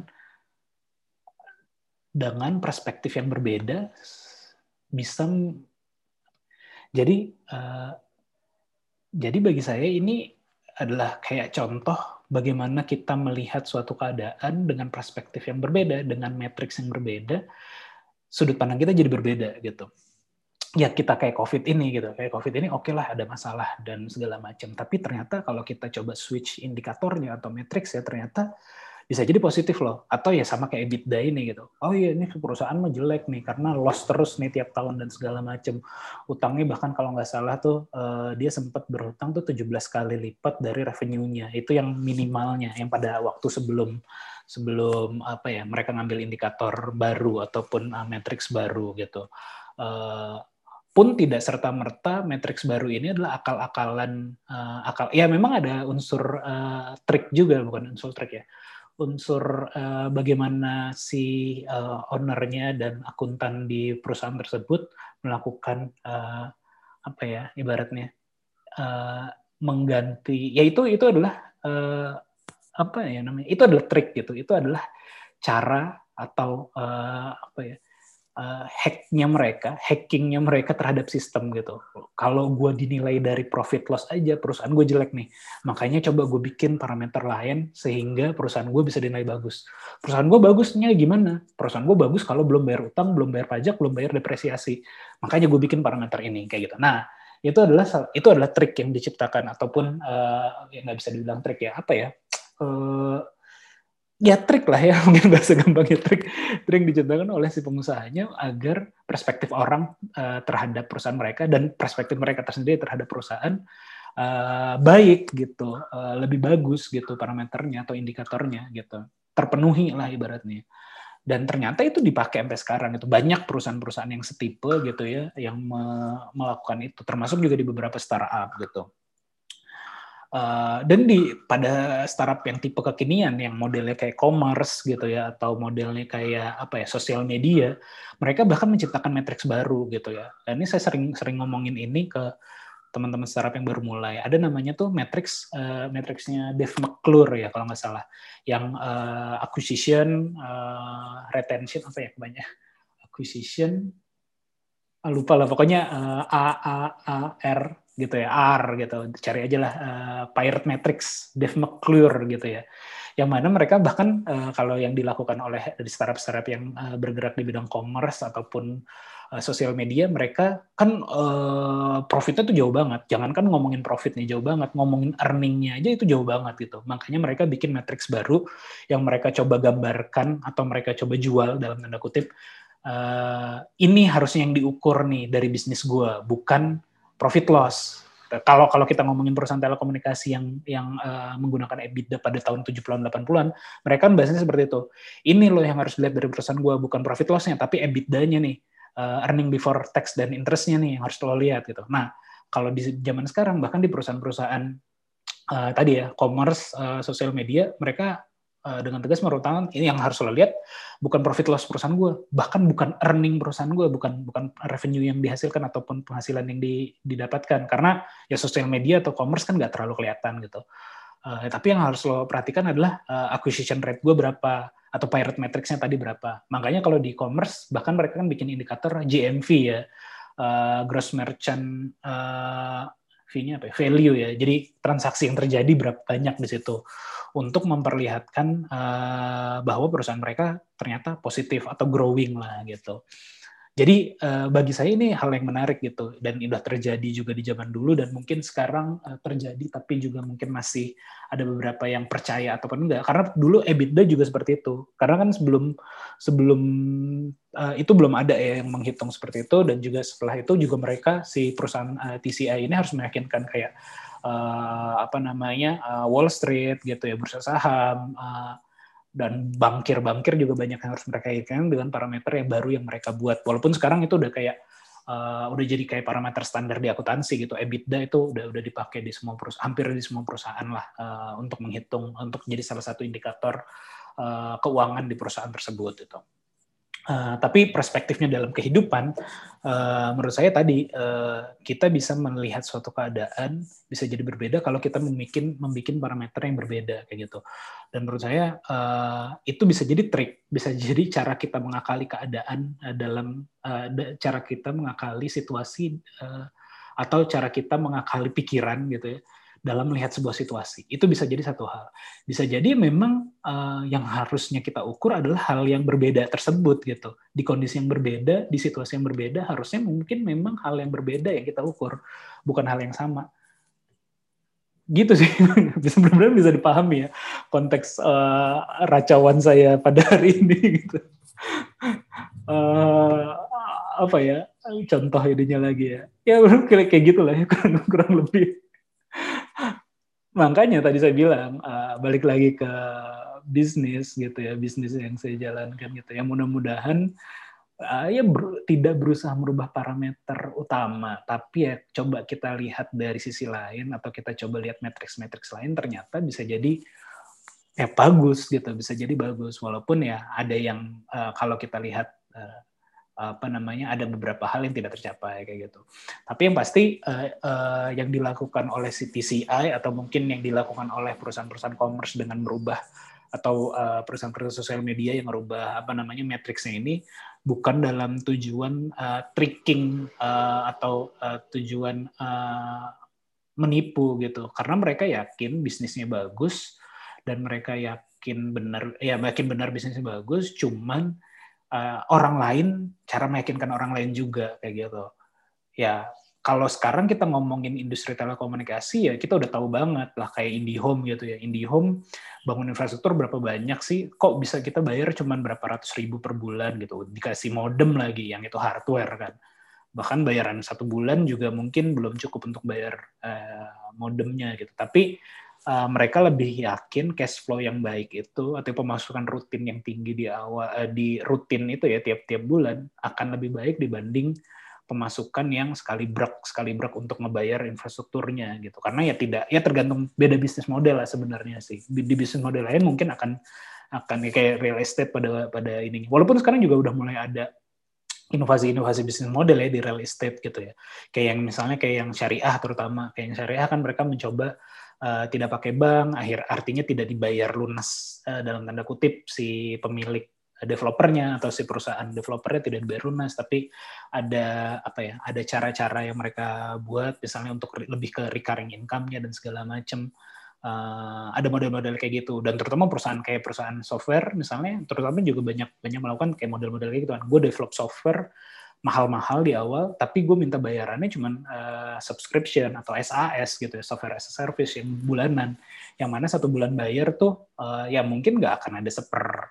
dengan perspektif yang berbeda bisa. Jadi, uh, jadi bagi saya ini adalah kayak contoh bagaimana kita melihat suatu keadaan dengan perspektif yang berbeda, dengan matriks yang berbeda, sudut pandang kita jadi berbeda gitu. Ya kita kayak COVID ini gitu, kayak COVID ini oke okay lah ada masalah dan segala macam, tapi ternyata kalau kita coba switch indikatornya atau matriks ya ternyata bisa jadi positif loh, atau ya sama kayak EBITDA ini gitu, oh iya ini perusahaan mah jelek nih karena loss terus nih tiap tahun dan segala macam, utangnya bahkan kalau nggak salah tuh uh, dia sempat berhutang tuh tujuh belas kali lipat dari revenue-nya, itu yang minimalnya yang pada waktu sebelum sebelum apa ya mereka ngambil indikator baru ataupun uh, matriks baru gitu. Uh, pun tidak serta-merta matriks baru ini adalah akal-akalan, uh, akal ya memang ada unsur uh, trik juga, bukan unsur trik ya, unsur uh, bagaimana si uh, ownernya dan akuntan di perusahaan tersebut melakukan uh, apa ya ibaratnya uh, mengganti, ya itu itu adalah uh, apa ya namanya, itu adalah trik gitu, itu adalah cara atau uh, apa ya Uh, hacknya mereka, hackingnya mereka terhadap sistem gitu. Kalau gue dinilai dari profit loss aja, perusahaan gue jelek nih. Makanya coba gue bikin parameter lain sehingga perusahaan gue bisa dinilai bagus. Perusahaan gue bagusnya gimana? Perusahaan gue bagus kalau belum bayar utang, belum bayar pajak, belum bayar depresiasi. Makanya gue bikin parameter ini kayak gitu. Nah, itu adalah itu adalah trik yang diciptakan ataupun uh, ya nggak bisa dibilang trik ya, apa ya? Uh, ya trik lah ya, mungkin bahasa gampangnya trik, trik yang diciptakan oleh si pengusahanya agar perspektif orang uh, terhadap perusahaan mereka dan perspektif mereka tersendiri terhadap perusahaan uh, baik gitu, uh, lebih bagus gitu parameternya atau indikatornya gitu, terpenuhi lah ibaratnya. Dan ternyata itu dipakai sampai sekarang itu, banyak perusahaan-perusahaan yang setipe gitu ya yang me- melakukan itu, termasuk juga di beberapa startup gitu. Uh, dan di pada startup yang tipe kekinian yang modelnya kayak commerce gitu ya atau modelnya kayak apa ya sosial media, mereka bahkan menciptakan matriks baru gitu ya. Dan ini saya sering sering ngomongin ini ke teman-teman startup yang baru mulai. Ada namanya tuh matriks uh, matriksnya Dave McClure ya kalau nggak salah, yang uh, acquisition, uh, retention apa ya kebanyakan acquisition, ah, lupa lah pokoknya uh, A A A R gitu ya, R gitu, cari aja lah uh, Pirate Matrix, Dave McClure gitu ya, yang mana mereka bahkan uh, kalau yang dilakukan oleh dari startup-startup yang uh, bergerak di bidang commerce ataupun uh, sosial media, mereka kan uh, profitnya tuh jauh banget, jangankan ngomongin profitnya jauh banget, ngomongin earningnya aja itu jauh banget gitu, makanya mereka bikin matrix baru yang mereka coba gambarkan atau mereka coba jual dalam tanda kutip, uh, ini harusnya yang diukur nih dari bisnis gue, bukan profit loss. Kalau kalau kita ngomongin perusahaan telekomunikasi yang yang uh, menggunakan EBITDA pada tahun tujuh puluhan delapan puluhan, mereka kan bahasanya seperti itu. Ini loh yang harus dilihat dari perusahaan gue, bukan profit loss-nya, tapi EBITDA-nya nih, uh, earning before tax dan interest-nya nih yang harus lo lihat gitu. Nah, kalau di zaman sekarang bahkan di perusahaan-perusahaan uh, tadi ya, commerce, uh, sosial media, mereka uh, dengan tegas merupakan ini yang harus lo lihat, bukan profit loss perusahaan gue, bahkan bukan earning perusahaan gue, bukan bukan revenue yang dihasilkan ataupun penghasilan yang di, didapatkan, karena ya sosial media atau commerce kan nggak terlalu kelihatan gitu. Uh, tapi yang harus lo perhatikan adalah uh, acquisition rate gue berapa, atau pirate metrics-nya tadi berapa. Makanya kalau di e-commerce, bahkan mereka kan bikin indikator G M V ya, uh, gross merchant uh, fee-nya apa ya? Value ya. Jadi transaksi yang terjadi berapa banyak di situ, untuk memperlihatkan uh, bahwa perusahaan mereka ternyata positif atau growing lah gitu. Jadi uh, bagi saya ini hal yang menarik gitu, dan sudah terjadi juga di zaman dulu dan mungkin sekarang uh, terjadi, tapi juga mungkin masih ada beberapa yang percaya ataupun enggak. Karena dulu EBITDA juga seperti itu. Karena kan sebelum sebelum uh, itu belum ada ya yang menghitung seperti itu, dan juga setelah itu juga mereka si perusahaan uh, T C I ini harus meyakinkan kayak uh, apa namanya uh, Wall Street gitu ya, bursa saham. Uh, dan bankir-bankir juga banyak yang harus mereka kaitkan dengan parameter yang baru yang mereka buat. Walaupun sekarang itu udah kayak uh, udah jadi kayak parameter standar di akuntansi gitu. EBITDA itu udah udah dipakai di semua perusahaan, hampir di semua perusahaan lah uh, untuk menghitung, untuk jadi salah satu indikator uh, keuangan di perusahaan tersebut itu. Uh, tapi perspektifnya dalam kehidupan, uh, menurut saya tadi uh, kita bisa melihat suatu keadaan bisa jadi berbeda kalau kita membuat membuat parameter yang berbeda kayak gitu. Dan menurut saya uh, itu bisa jadi trik, bisa jadi cara kita mengakali keadaan uh, dalam uh, cara kita mengakali situasi uh, atau cara kita mengakali pikiran gitu ya, dalam melihat sebuah situasi. Itu bisa jadi satu hal. Bisa jadi memang uh, yang harusnya kita ukur adalah hal yang berbeda tersebut gitu. Di kondisi yang berbeda, di situasi yang berbeda, harusnya mungkin memang hal yang berbeda yang kita ukur, bukan hal yang sama. Gitu sih. Benar-benar bisa dipahami ya konteks uh, racauan saya pada hari ini gitu. Uh, apa ya? Contoh idenya lagi ya. Ya kayak gitulah ya, kurang, kurang lebih. Makanya tadi saya bilang uh, balik lagi ke bisnis gitu ya, bisnis yang saya jalankan gitu ya, mudah-mudahan uh, ya ber, tidak berusaha merubah parameter utama, tapi ya coba kita lihat dari sisi lain, atau kita coba lihat matriks-matriks lain, ternyata bisa jadi ya bagus gitu, bisa jadi bagus, walaupun ya ada yang uh, kalau kita lihat uh, apa namanya ada beberapa hal yang tidak tercapai kayak gitu. Tapi yang pasti uh, uh, yang dilakukan oleh si T C I atau mungkin yang dilakukan oleh perusahaan-perusahaan commerce dengan merubah, atau uh, perusahaan-perusahaan sosial media yang merubah apa namanya matriksnya ini, bukan dalam tujuan uh, tricking uh, atau uh, tujuan uh, menipu gitu. Karena mereka yakin bisnisnya bagus dan mereka yakin benar ya yakin benar bisnisnya bagus, cuman Uh, orang lain, cara meyakinkan orang lain juga kayak gitu. Ya kalau sekarang kita ngomongin industri telekomunikasi ya kita udah tahu banget lah, kayak IndiHome gitu ya. IndiHome bangun infrastruktur berapa banyak sih? Kok bisa kita bayar cuman berapa ratus ribu per bulan gitu? Dikasih modem lagi yang itu hardware kan. Bahkan bayaran satu bulan juga mungkin belum cukup untuk bayar uh, modemnya gitu. Tapi Uh, mereka lebih yakin cash flow yang baik itu atau pemasukan rutin yang tinggi di awal uh, di rutin itu ya tiap-tiap bulan akan lebih baik dibanding pemasukan yang sekali brek sekali brek untuk ngebayar infrastrukturnya gitu. Karena ya tidak ya tergantung beda bisnis model lah sebenarnya sih. Di, di bisnis model lain mungkin akan akan kayak real estate pada pada ini. Walaupun sekarang juga udah mulai ada inovasi-inovasi bisnis model ya di real estate gitu ya. Kayak yang misalnya kayak yang syariah terutama, kayak yang syariah kan mereka mencoba Uh, tidak pakai bank, akhir artinya tidak dibayar lunas uh, dalam tanda kutip si pemilik uh, developernya atau si perusahaan developernya tidak dibayar lunas, tapi ada apa ya, ada cara-cara yang mereka buat misalnya untuk lebih ke recurring income-nya dan segala macam. Uh, ada model-model kayak gitu, dan terutama perusahaan kayak perusahaan software misalnya, terutama juga banyak banyak melakukan kayak model-model kayak gitu kan. Gue develop software mahal-mahal di awal, tapi gue minta bayarannya cuma uh, subscription atau S A S gitu ya, software as a service yang bulanan, yang mana satu bulan bayar tuh uh, ya mungkin nggak akan ada seper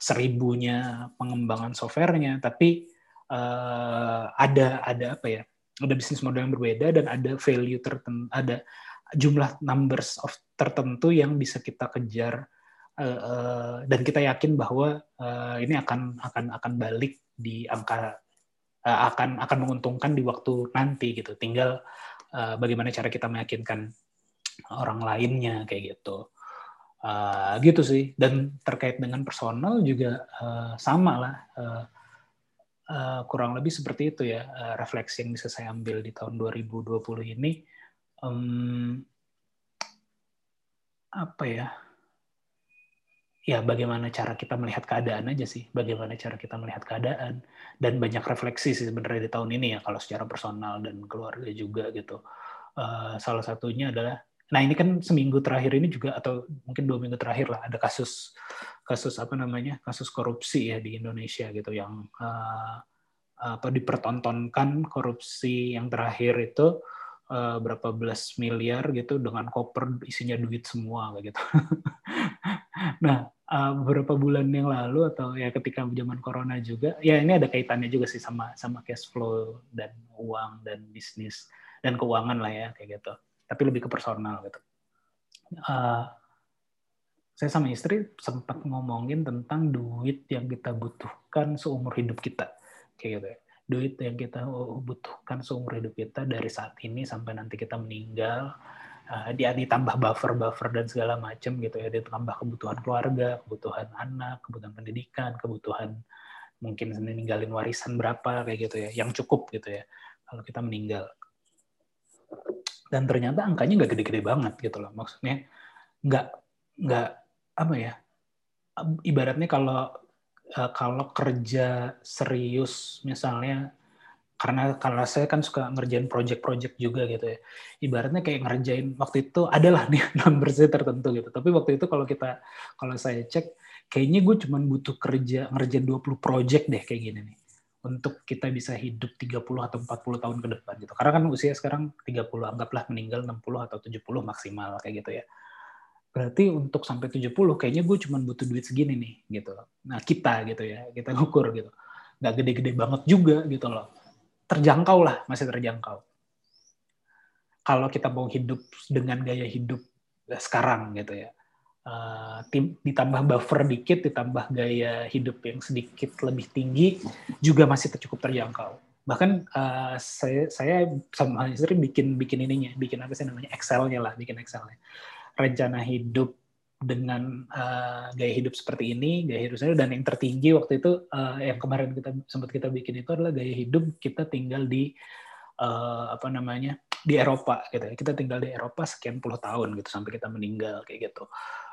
seribunya pengembangan softwarenya, tapi uh, ada ada apa ya ada bisnis model yang berbeda dan ada value tertentu, ada jumlah numbers of tertentu yang bisa kita kejar uh, uh, dan kita yakin bahwa uh, ini akan akan akan balik di angka uh, akan akan menguntungkan di waktu nanti gitu. Tinggal uh, bagaimana cara kita meyakinkan orang lainnya kayak gitu. Uh, gitu sih. Dan terkait dengan personal juga uh, sama lah. Uh, Uh, kurang lebih seperti itu ya, uh, refleksi yang bisa saya ambil di tahun dua ribu dua puluh ini. Um, apa ya, ya bagaimana cara kita melihat keadaan aja sih, bagaimana cara kita melihat keadaan, dan banyak refleksi sih sebenarnya di tahun ini ya, kalau secara personal dan keluarga juga gitu. Uh, salah satunya adalah, nah ini kan seminggu terakhir ini juga, atau mungkin dua minggu terakhir lah, ada kasus kasus apa namanya, kasus korupsi ya di Indonesia gitu, yang uh, apa dipertontonkan korupsi yang terakhir itu uh, berapa belas miliar gitu dengan koper isinya duit semua kayak gitu. Nah, uh, beberapa bulan yang lalu atau ya ketika zaman corona juga, ya ini ada kaitannya juga sih sama sama cash flow dan uang dan bisnis dan keuangan lah ya kayak gitu. Tapi lebih ke personal gitu. Uh, saya sama istri sempat ngomongin tentang duit yang kita butuhkan seumur hidup kita, kayak gitu ya. Duit yang kita butuhkan seumur hidup kita dari saat ini sampai nanti kita meninggal, uh, dia ditambah buffer-buffer dan segala macam gitu ya, ditambah kebutuhan keluarga, kebutuhan anak, kebutuhan pendidikan, kebutuhan mungkin ninggalin warisan berapa kayak gitu ya, yang cukup gitu ya kalau kita meninggal. Dan ternyata angkanya nggak gede-gede banget gitu loh, maksudnya nggak nggak apa ya, ibaratnya kalau uh, kalau kerja serius misalnya, karena karena saya kan suka ngerjain project-project juga gitu ya, ibaratnya kayak ngerjain waktu itu adalah nih numbersnya tertentu gitu, tapi waktu itu kalau kita kalau saya cek kayaknya gue cuma butuh kerja ngerjain dua puluh project deh kayak gini nih untuk kita bisa hidup tiga puluh atau empat puluh tahun ke depan gitu, karena kan usia sekarang tiga puluh, anggaplah meninggal enam puluh atau tujuh puluh maksimal kayak gitu ya. Berarti untuk sampai tujuh puluh kayaknya gue cuma butuh duit segini nih gitu. Nah kita gitu ya, kita ngukur gitu. Nggak gede-gede banget juga gitu loh. Terjangkau lah, masih terjangkau. Kalau kita mau hidup dengan gaya hidup sekarang gitu ya. Uh, ditambah buffer dikit, ditambah gaya hidup yang sedikit lebih tinggi, juga masih cukup terjangkau. Bahkan uh, saya, saya sama istri bikin bikin ininya, bikin apa sih namanya, Excel-nya lah, bikin Excel-nya. Rencana hidup dengan uh, gaya hidup seperti ini, gaya hidup saya, dan yang tertinggi waktu itu uh, yang kemarin kita sempat kita bikin itu adalah gaya hidup kita tinggal di uh, apa namanya di Eropa gitu ya, kita tinggal di Eropa sekian puluh tahun gitu sampai kita meninggal kayak gitu.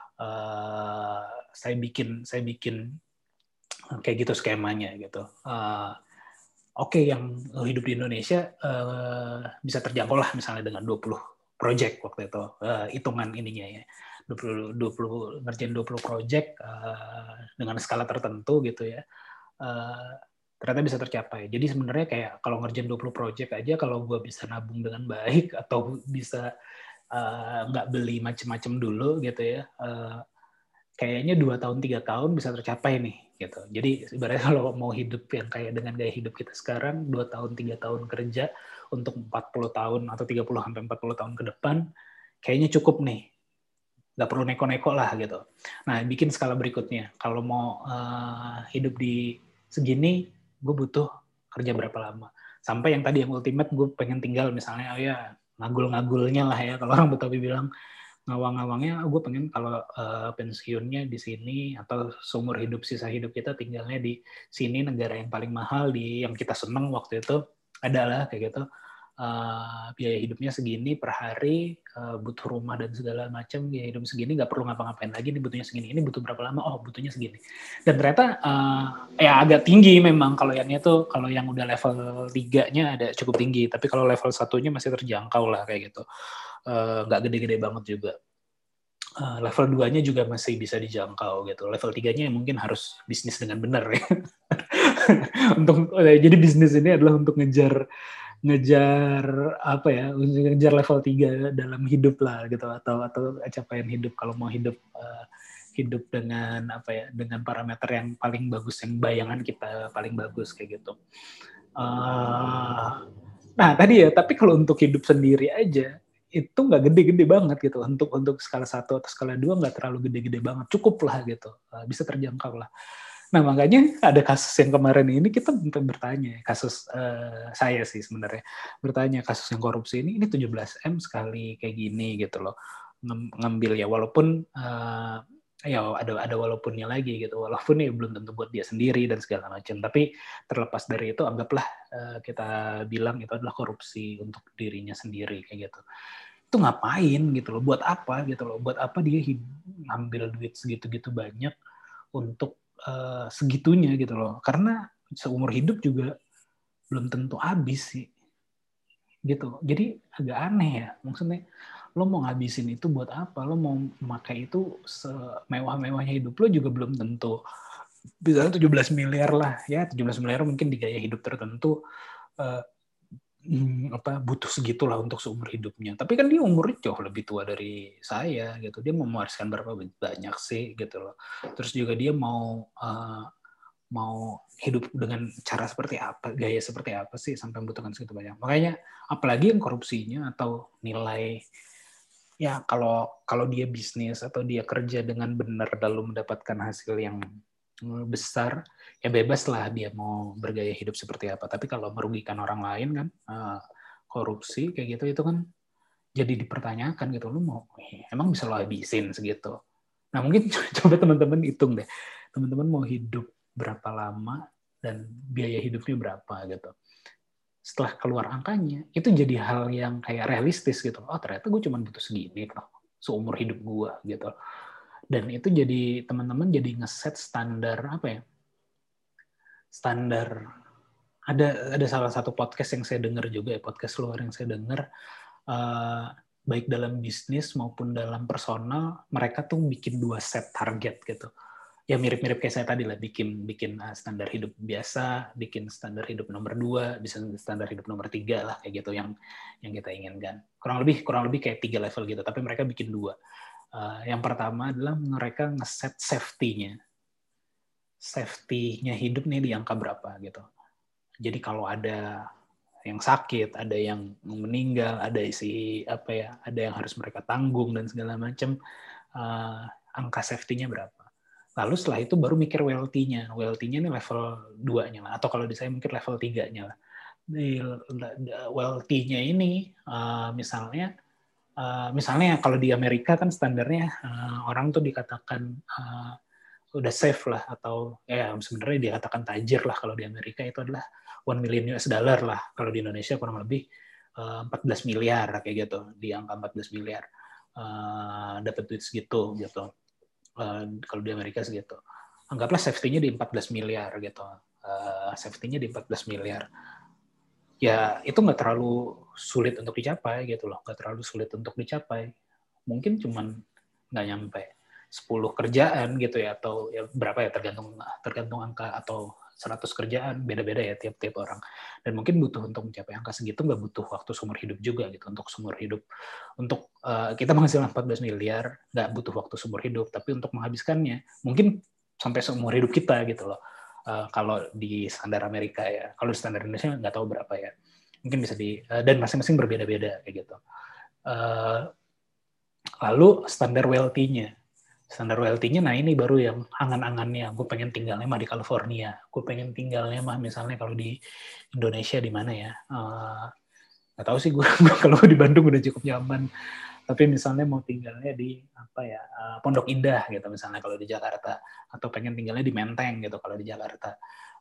Uh, saya bikin saya bikin kayak gitu skemanya gitu. Uh, Oke, okay, yang hidup di Indonesia uh, bisa terjangkau lah misalnya dengan dua puluh project waktu itu, uh, hitungan ininya ya, dua puluh, dua puluh ngerjain dua puluh project uh, dengan skala tertentu gitu ya, uh, ternyata bisa tercapai. Jadi sebenarnya kayak kalau ngerjain dua puluh project aja, kalau gue bisa nabung dengan baik atau bisa nggak uh, beli macem-macem dulu gitu ya, uh, kayaknya dua tahun tiga tahun bisa tercapai nih gitu. Jadi ibaratnya kalau mau hidup yang kayak dengan gaya hidup kita sekarang, dua tahun tiga tahun kerja untuk empat puluh tahun atau tiga puluh sampai empat puluh tahun ke depan, kayaknya cukup nih. Nggak perlu neko-neko lah gitu. Nah, bikin skala berikutnya. Kalau mau uh, hidup di segini, gue butuh kerja berapa lama. Sampai yang tadi yang ultimate, gue pengen tinggal misalnya, oh ya ngagul-ngagulnya lah ya, kalau orang Betawi bilang, ngawang-ngawangnya, gue pengen kalau uh, pensiunnya di sini atau seumur hidup, sisa hidup kita tinggalnya di sini, negara yang paling mahal, di yang kita seneng waktu itu adalah kayak gitu, uh, biaya hidupnya segini per hari, uh, butuh rumah dan segala macam, biaya hidup segini, nggak perlu ngapa-ngapain lagi, ini butuhnya segini, ini butuh berapa lama, oh butuhnya segini. Dan ternyata uh, ya agak tinggi memang kalau yang itu, kalau yang udah level tiga-nya ada cukup tinggi, tapi kalau level satunya masih terjangkau lah kayak gitu. Nggak uh, gede-gede banget juga. Uh, level dua-nya juga masih bisa dijangkau gitu. Level tiga-nya mungkin harus bisnis dengan benar ya. Untuk jadi bisnis ini adalah untuk ngejar ngejar apa ya? Ngejar level tiga dalam hidup lah gitu, atau atau capaian hidup kalau mau hidup uh, hidup dengan apa ya? Dengan parameter yang paling bagus, yang bayangan kita paling bagus kayak gitu. Uh, Nah tadi ya, tapi kalau untuk hidup sendiri aja itu nggak gede-gede banget gitu. Untuk untuk skala satu atau skala dua nggak terlalu gede-gede banget, cukup lah gitu, bisa terjangkau lah. Nah makanya ada kasus yang kemarin ini kita bertanya, kasus uh, saya sih sebenarnya bertanya kasus yang korupsi ini, ini tujuh belas M sekali kayak gini gitu loh, ngambil ya walaupun uh, ya ada ada walaupunnya lagi gitu, walaupun ya belum tentu buat dia sendiri dan segala macam, tapi terlepas dari itu anggaplah uh, kita bilang itu adalah korupsi untuk dirinya sendiri kayak gitu. Itu ngapain gitu loh, buat apa gitu loh, buat apa dia ngambil duit segitu-gitu banyak untuk Uh, segitunya gitu loh, karena seumur hidup juga belum tentu habis sih gitu. Jadi agak aneh ya, maksudnya lo mau ngabisin itu buat apa, lo mau memakai itu semewah-mewahnya hidup lo juga belum tentu bisa tujuh belas miliar lah ya, tujuh belas miliar mungkin di gaya hidup tertentu uh, hmm, apa butuh segitulah untuk seumur hidupnya, tapi kan dia umurnya jauh lebih tua dari saya gitu, dia mau mewariskan berapa banyak sih gitu loh. Terus juga dia mau uh, mau hidup dengan cara seperti apa, gaya seperti apa sih sampai membutuhkan segitu banyak. Makanya apalagi yang korupsinya atau nilai ya, kalau kalau dia bisnis atau dia kerja dengan benar lalu mendapatkan hasil yang besar, ya bebas lah dia mau bergaya hidup seperti apa. Tapi kalau merugikan orang lain kan, uh, korupsi kayak gitu itu kan jadi dipertanyakan gitu, lu mau emang bisa lo habisin segitu. Nah mungkin coba teman-teman hitung deh, teman-teman mau hidup berapa lama dan biaya hidupnya berapa gitu. Setelah keluar angkanya, itu jadi hal yang kayak realistis gitu. Oh ternyata gue cuma butuh segini loh, seumur hidup gue gitu. Dan itu jadi teman-teman jadi ngeset standar apa ya? Standar ada ada salah satu podcast yang saya dengar juga ya, podcast luar yang saya dengar, uh, baik dalam bisnis maupun dalam personal, mereka tuh bikin dua set target gitu. Ya mirip-mirip kayak saya tadi lah, bikin bikin standar hidup biasa, bikin standar hidup nomor dua, bisa standar hidup nomor tiga lah kayak gitu yang yang kita inginkan. Kurang lebih kurang lebih kayak tiga level gitu, tapi mereka bikin dua. Uh, yang pertama adalah mereka ngeset safety-nya, safety-nya hidup nih di angka berapa gitu. Jadi kalau ada yang sakit, ada yang meninggal, ada isi apa ya, ada yang harus mereka tanggung dan segala macam, uh, angka safety-nya berapa. Lalu setelah itu baru mikir wealthy-nya. Wealthy-nya ini level dua-nya lah, atau kalau di saya mungkin level tiga-nya lah. Di wealthy-nya ini uh, misalnya uh, misalnya kalau di Amerika kan standarnya uh, orang tuh dikatakan uh, udah safe lah, atau ya sebenarnya dikatakan tajir lah kalau di Amerika itu adalah one million U S dollar lah. Kalau di Indonesia kurang lebih uh, empat belas miliar kayak gitu, di angka empat belas miliar uh, dapat duit segitu gitu. Uh, kalau di Amerika segitu. Anggaplah safety-nya di empat belas miliar gitu. Uh, safety-nya di empat belas miliar. Ya itu nggak terlalu sulit untuk dicapai gitu loh, nggak terlalu sulit untuk dicapai. Mungkin cuman nggak nyampe sepuluh kerjaan gitu ya, atau ya berapa ya, tergantung tergantung angka, atau seratus kerjaan, beda-beda ya tiap-tiap orang. Dan mungkin butuh untuk mencapai angka segitu nggak butuh waktu seumur hidup juga gitu. Untuk seumur hidup, untuk uh, kita menghasilkan empat belas miliar nggak butuh waktu seumur hidup, tapi untuk menghabiskannya mungkin sampai seumur hidup kita gitu loh. Uh, kalau di standar Amerika ya, kalau di standar Indonesia nggak tahu berapa ya. Mungkin bisa di uh, dan masing-masing berbeda-beda kayak gitu. Uh, lalu standar wealthy-nya. Standar wealthy-nya, nah ini baru yang angan-angannya. Gue pengen tinggalnya mah di California. Gue pengen tinggalnya mah misalnya kalau di Indonesia di mana ya? Uh, gak tahu sih gue, kalau di Bandung udah cukup nyaman. Tapi misalnya mau tinggalnya di apa ya, uh, Pondok Indah gitu misalnya kalau di Jakarta, atau pengen tinggalnya di Menteng gitu kalau di Jakarta.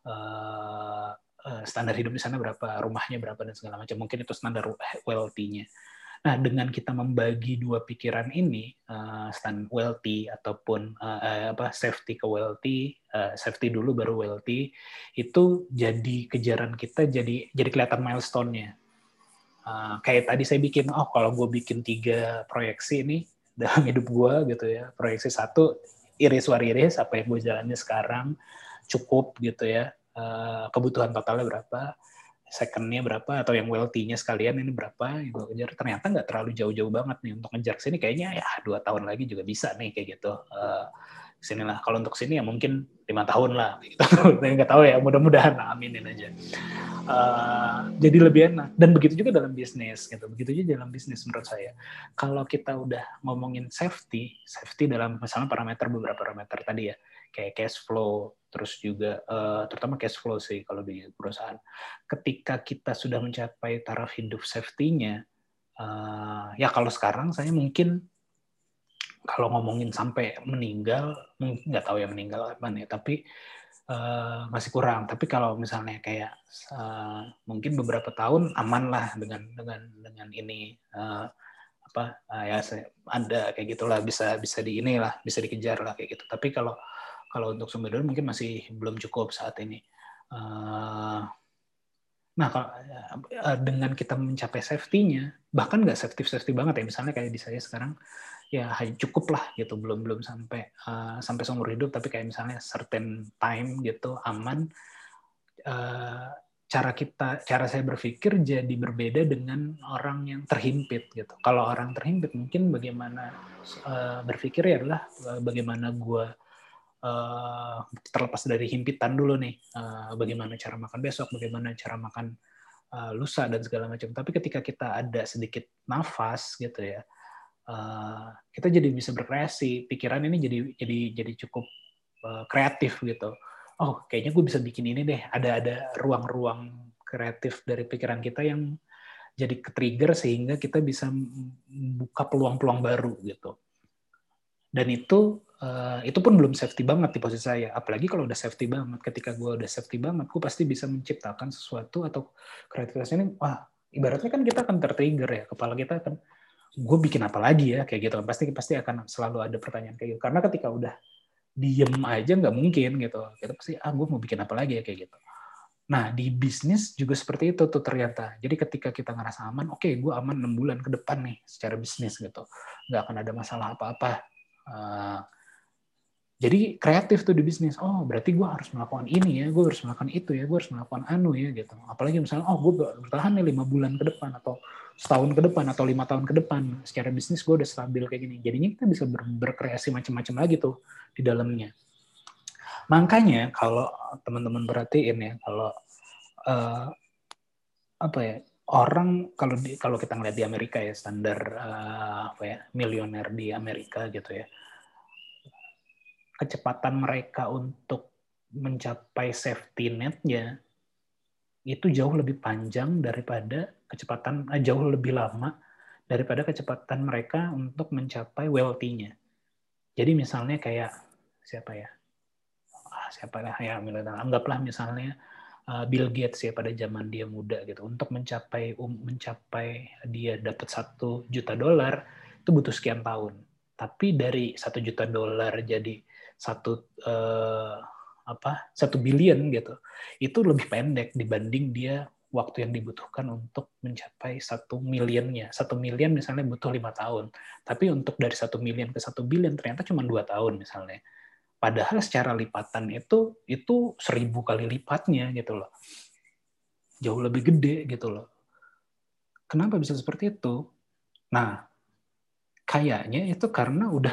Uh, uh, standar hidup di sana berapa, rumahnya berapa dan segala macam. Mungkin itu standar wealthy-nya. Nah, dengan kita membagi dua pikiran ini, uh, stand wealthy ataupun uh, apa safety ke wealthy, uh, safety dulu baru wealthy, itu jadi kejaran kita, jadi jadi kelihatan milestone-nya. Uh, kayak tadi saya bikin, oh kalau gue bikin tiga proyeksi nih dalam hidup gue gitu ya, proyeksi satu iris wariris apa yang gue jalani sekarang cukup gitu ya, uh, kebutuhan totalnya berapa, second-nya berapa, atau yang wealthy-nya sekalian ini berapa, gue kejar. Ternyata nggak terlalu jauh-jauh banget nih untuk ngejar sini, kayaknya ya dua tahun lagi juga bisa nih kayak gitu. Uh, sinilah. Kalau untuk sini ya mungkin lima tahun lah. Gitu. Nggak tahu ya, mudah-mudahan, aminin aja. uh, jadi lebih enak. Dan begitu juga dalam bisnis gitu. Begitu juga dalam bisnis menurut saya. Kalau kita udah ngomongin safety, safety dalam misalnya parameter beberapa parameter tadi ya, kayak cash flow, terus juga uh, terutama cash flow sih kalau di perusahaan. Ketika kita sudah mencapai taraf hidup safety-nya, uh, ya kalau sekarang saya mungkin kalau ngomongin sampai meninggal, nggak tahu ya meninggal apa nih, tapi Uh, masih kurang. Tapi kalau misalnya kayak uh, mungkin beberapa tahun aman lah dengan dengan dengan ini uh, apa uh, ya saya, ada kayak gitulah bisa bisa di inilah bisa dikejar lah kayak gitu. Tapi kalau kalau untuk sumber daya mungkin masih belum cukup saat ini. Uh, nah kalau, uh, dengan kita mencapai safety-nya, bahkan nggak safety safety banget ya, misalnya kayak di saya sekarang ya cukup lah gitu, belum belum sampai uh, sampai seumur hidup, tapi kayak misalnya certain time gitu aman. Uh, cara kita cara saya berpikir jadi berbeda dengan orang yang terhimpit gitu. Kalau orang terhimpit mungkin bagaimana uh, berpikir ya adalah uh, bagaimana gue uh, terlepas dari himpitan dulu nih, uh, bagaimana cara makan besok, bagaimana cara makan uh, lusa dan segala macam. Tapi ketika kita ada sedikit nafas gitu ya, Uh, kita jadi bisa berkreasi, pikiran ini jadi jadi jadi cukup uh, kreatif gitu. Oh, kayaknya gue bisa bikin ini deh. Ada ada ruang-ruang kreatif dari pikiran kita yang jadi ke-trigger sehingga kita bisa buka peluang-peluang baru gitu. Dan itu uh, itu pun belum safety banget di posisi saya. Apalagi kalau udah safety banget. Ketika gue udah safety banget, gue pasti bisa menciptakan sesuatu atau kreativitas ini. Wah, ibaratnya kan kita akan ter-trigger ya, kepala kita akan, gue bikin apa lagi ya kayak gitu, pasti pasti akan selalu ada pertanyaan kayak gitu, karena ketika udah diem aja nggak mungkin gitu, kita pasti ah gue mau bikin apa lagi ya kayak gitu. Nah di bisnis juga seperti itu tuh ternyata. Jadi ketika kita ngerasa aman, oke okay, gue aman enam bulan ke depan nih secara bisnis gitu, nggak akan ada masalah apa-apa. Uh, jadi kreatif tuh di bisnis. Oh berarti gue harus melakukan ini ya, gue harus melakukan itu ya, gue harus melakukan anu ya gitu. Apalagi misalnya, oh gue bertahan nih lima bulan ke depan atau setahun ke depan atau lima tahun ke depan. Secara bisnis gue udah stabil kayak gini. Jadinya kita bisa ber- berkreasi macam-macam lagi tuh di dalamnya. Makanya kalau teman-teman perhatiin ya, kalau uh, apa ya, orang kalau di, kalau kita ngeliat di Amerika ya, standar uh, apa ya, milioner di Amerika gitu ya, kecepatan mereka untuk mencapai safety net-nya itu jauh lebih panjang daripada kecepatan, eh, jauh lebih lama daripada kecepatan mereka untuk mencapai wealthy-nya. Jadi misalnya kayak siapa ya? Ah, siapa lah ya, anggaplah misalnya uh, Bill Gates ya pada zaman dia muda gitu. Untuk mencapai um, mencapai dia dapat satu juta dolar itu butuh sekian tahun. Tapi dari satu juta dolar jadi satu uh, apa satu billion gitu, itu lebih pendek dibanding dia waktu yang dibutuhkan untuk mencapai satu millionnya. Satu million misalnya butuh lima tahun, tapi untuk dari satu million ke satu billion ternyata cuma dua tahun misalnya. Padahal secara lipatan itu itu seribu kali lipatnya gitu loh, jauh lebih gede gitu loh. Kenapa bisa seperti itu? Nah, kayaknya itu karena udah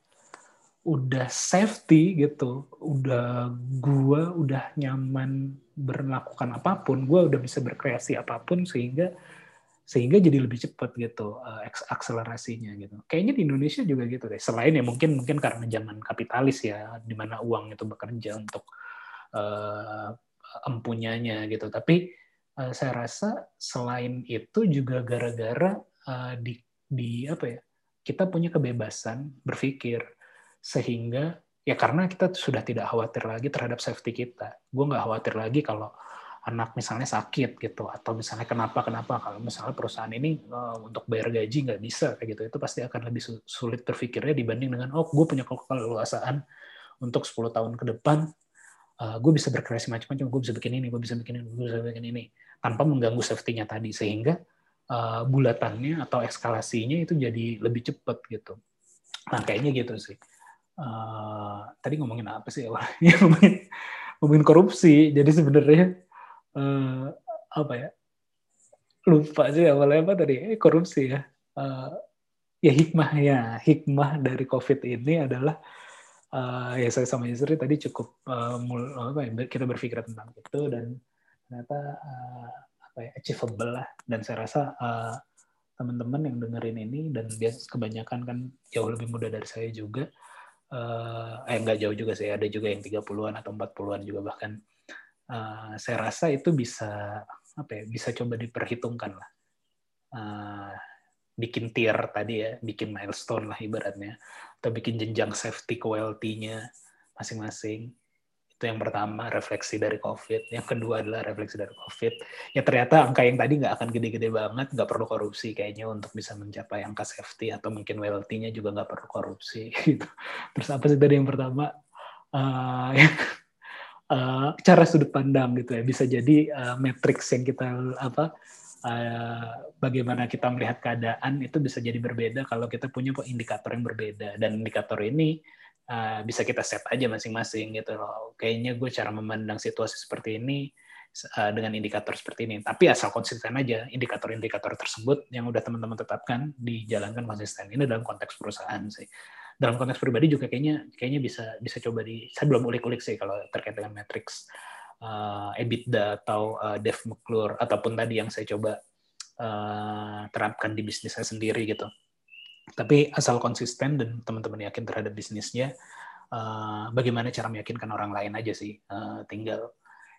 udah safety gitu, udah gua udah nyaman berlakukan apapun, gua udah bisa berkreasi apapun sehingga sehingga jadi lebih cepat gitu uh, akselerasinya gitu. Kayaknya di Indonesia juga gitu deh. Selain ya mungkin mungkin karena zaman kapitalis ya, di mana uang itu bekerja untuk uh, empunyanya gitu. Tapi uh, saya rasa selain itu juga gara-gara uh, di di apa ya, kita punya kebebasan berpikir. Sehingga ya karena kita sudah tidak khawatir lagi terhadap safety kita. Gue nggak khawatir lagi kalau anak misalnya sakit gitu, atau misalnya kenapa-kenapa, kalau misalnya perusahaan ini uh, untuk bayar gaji nggak bisa kayak gitu, itu pasti akan lebih sulit berpikirnya dibanding dengan oh gue punya keleluasaan untuk sepuluh tahun ke depan, uh, gue bisa berkreasi macam-macam, gue bisa bikin ini, gue bisa bikin ini, gue bisa bikin ini, tanpa mengganggu safety-nya tadi, sehingga uh, bulatannya atau eskalasinya itu jadi lebih cepat gitu. Nah kayaknya gitu sih. Uh, tadi ngomongin apa sih awalnya? ngomongin, ngomongin korupsi. Jadi sebenarnya uh, apa ya? Lupa sih awalnya apa tadi? Eh, korupsi ya. Uh, ya hikmah ya, hikmah dari COVID ini adalah uh, ya saya sama istri tadi cukup uh, mul, apa ya, kita berpikir tentang itu dan ternyata uh, apa ya, achievable lah. Dan saya rasa uh, teman-teman yang dengerin ini, dan biasa kebanyakan kan jauh lebih muda dari saya juga, uh, eh nggak jauh juga sih, ada juga yang tiga puluhan atau empat puluhan juga bahkan. Uh, saya rasa itu bisa apa ya, bisa coba diperhitungkan lah. Uh, bikin tier tadi ya, bikin milestone lah ibaratnya, atau bikin jenjang safety quality-nya masing-masing. Itu yang pertama, refleksi dari COVID. Yang kedua adalah refleksi dari COVID. Ya ternyata angka yang tadi nggak akan gede-gede banget, nggak perlu korupsi kayaknya untuk bisa mencapai angka safety, atau mungkin wealthy-nya juga nggak perlu korupsi. Gitu. Terus apa sih tadi yang pertama? Uh, ya, uh, cara sudut pandang gitu ya. Bisa jadi uh, matrix yang kita apa? Uh, bagaimana kita melihat keadaan itu bisa jadi berbeda kalau kita punya indikator yang berbeda, dan indikator ini uh, bisa kita set aja masing-masing gitu loh. Kayaknya gue cara memandang situasi seperti ini uh, dengan indikator seperti ini, tapi asal konsisten aja indikator-indikator tersebut yang udah teman-teman tetapkan dijalankan konsisten. Ini dalam konteks perusahaan sih. Dalam konteks pribadi juga kayaknya kayaknya bisa bisa coba di, saya belum ulik-ulik sih kalau terkait dengan matrix Uh, EBITDA atau uh, Dev McClure, ataupun tadi yang saya coba uh, terapkan di bisnis saya sendiri gitu. Tapi asal konsisten dan teman-teman yakin terhadap bisnisnya, uh, bagaimana cara meyakinkan orang lain aja sih. Uh, tinggal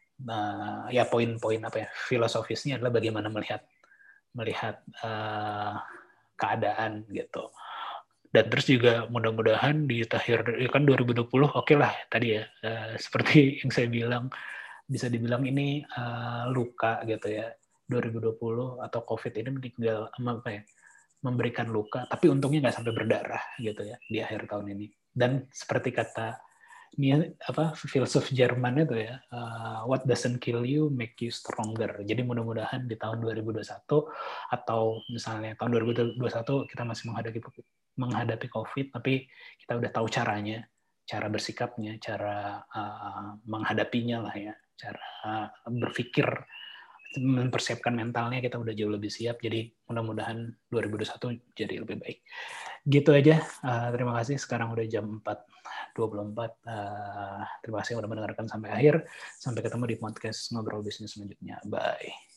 uh, ya poin-poin apa ya filosofisnya adalah bagaimana melihat melihat uh, keadaan gitu. Dan terus juga mudah-mudahan di akhir ya kan dua ribu dua puluh oke okay lah tadi ya, uh, seperti yang saya bilang, bisa dibilang ini uh, luka gitu ya, dua ribu dua puluh atau COVID ini meninggal apa ya, memberikan luka, tapi untungnya nggak sampai berdarah gitu ya di akhir tahun ini. Dan seperti kata ini apa filsuf Jerman itu ya, uh, what doesn't kill you make you stronger. Jadi mudah-mudahan di tahun dua ribu dua puluh satu atau misalnya tahun dua ribu dua puluh satu kita masih menghadapi menghadapi COVID, tapi kita udah tahu caranya, cara bersikapnya, cara uh, menghadapinya lah ya, cara berpikir, mempersiapkan mentalnya, kita udah jauh lebih siap. Jadi mudah-mudahan dua ribu dua puluh satu jadi lebih baik. Gitu aja. Uh, terima kasih. Sekarang udah jam empat dua puluh empat. Uh, terima kasih udah mendengarkan sampai akhir. Sampai ketemu di podcast Ngobrol Bisnis selanjutnya. Bye.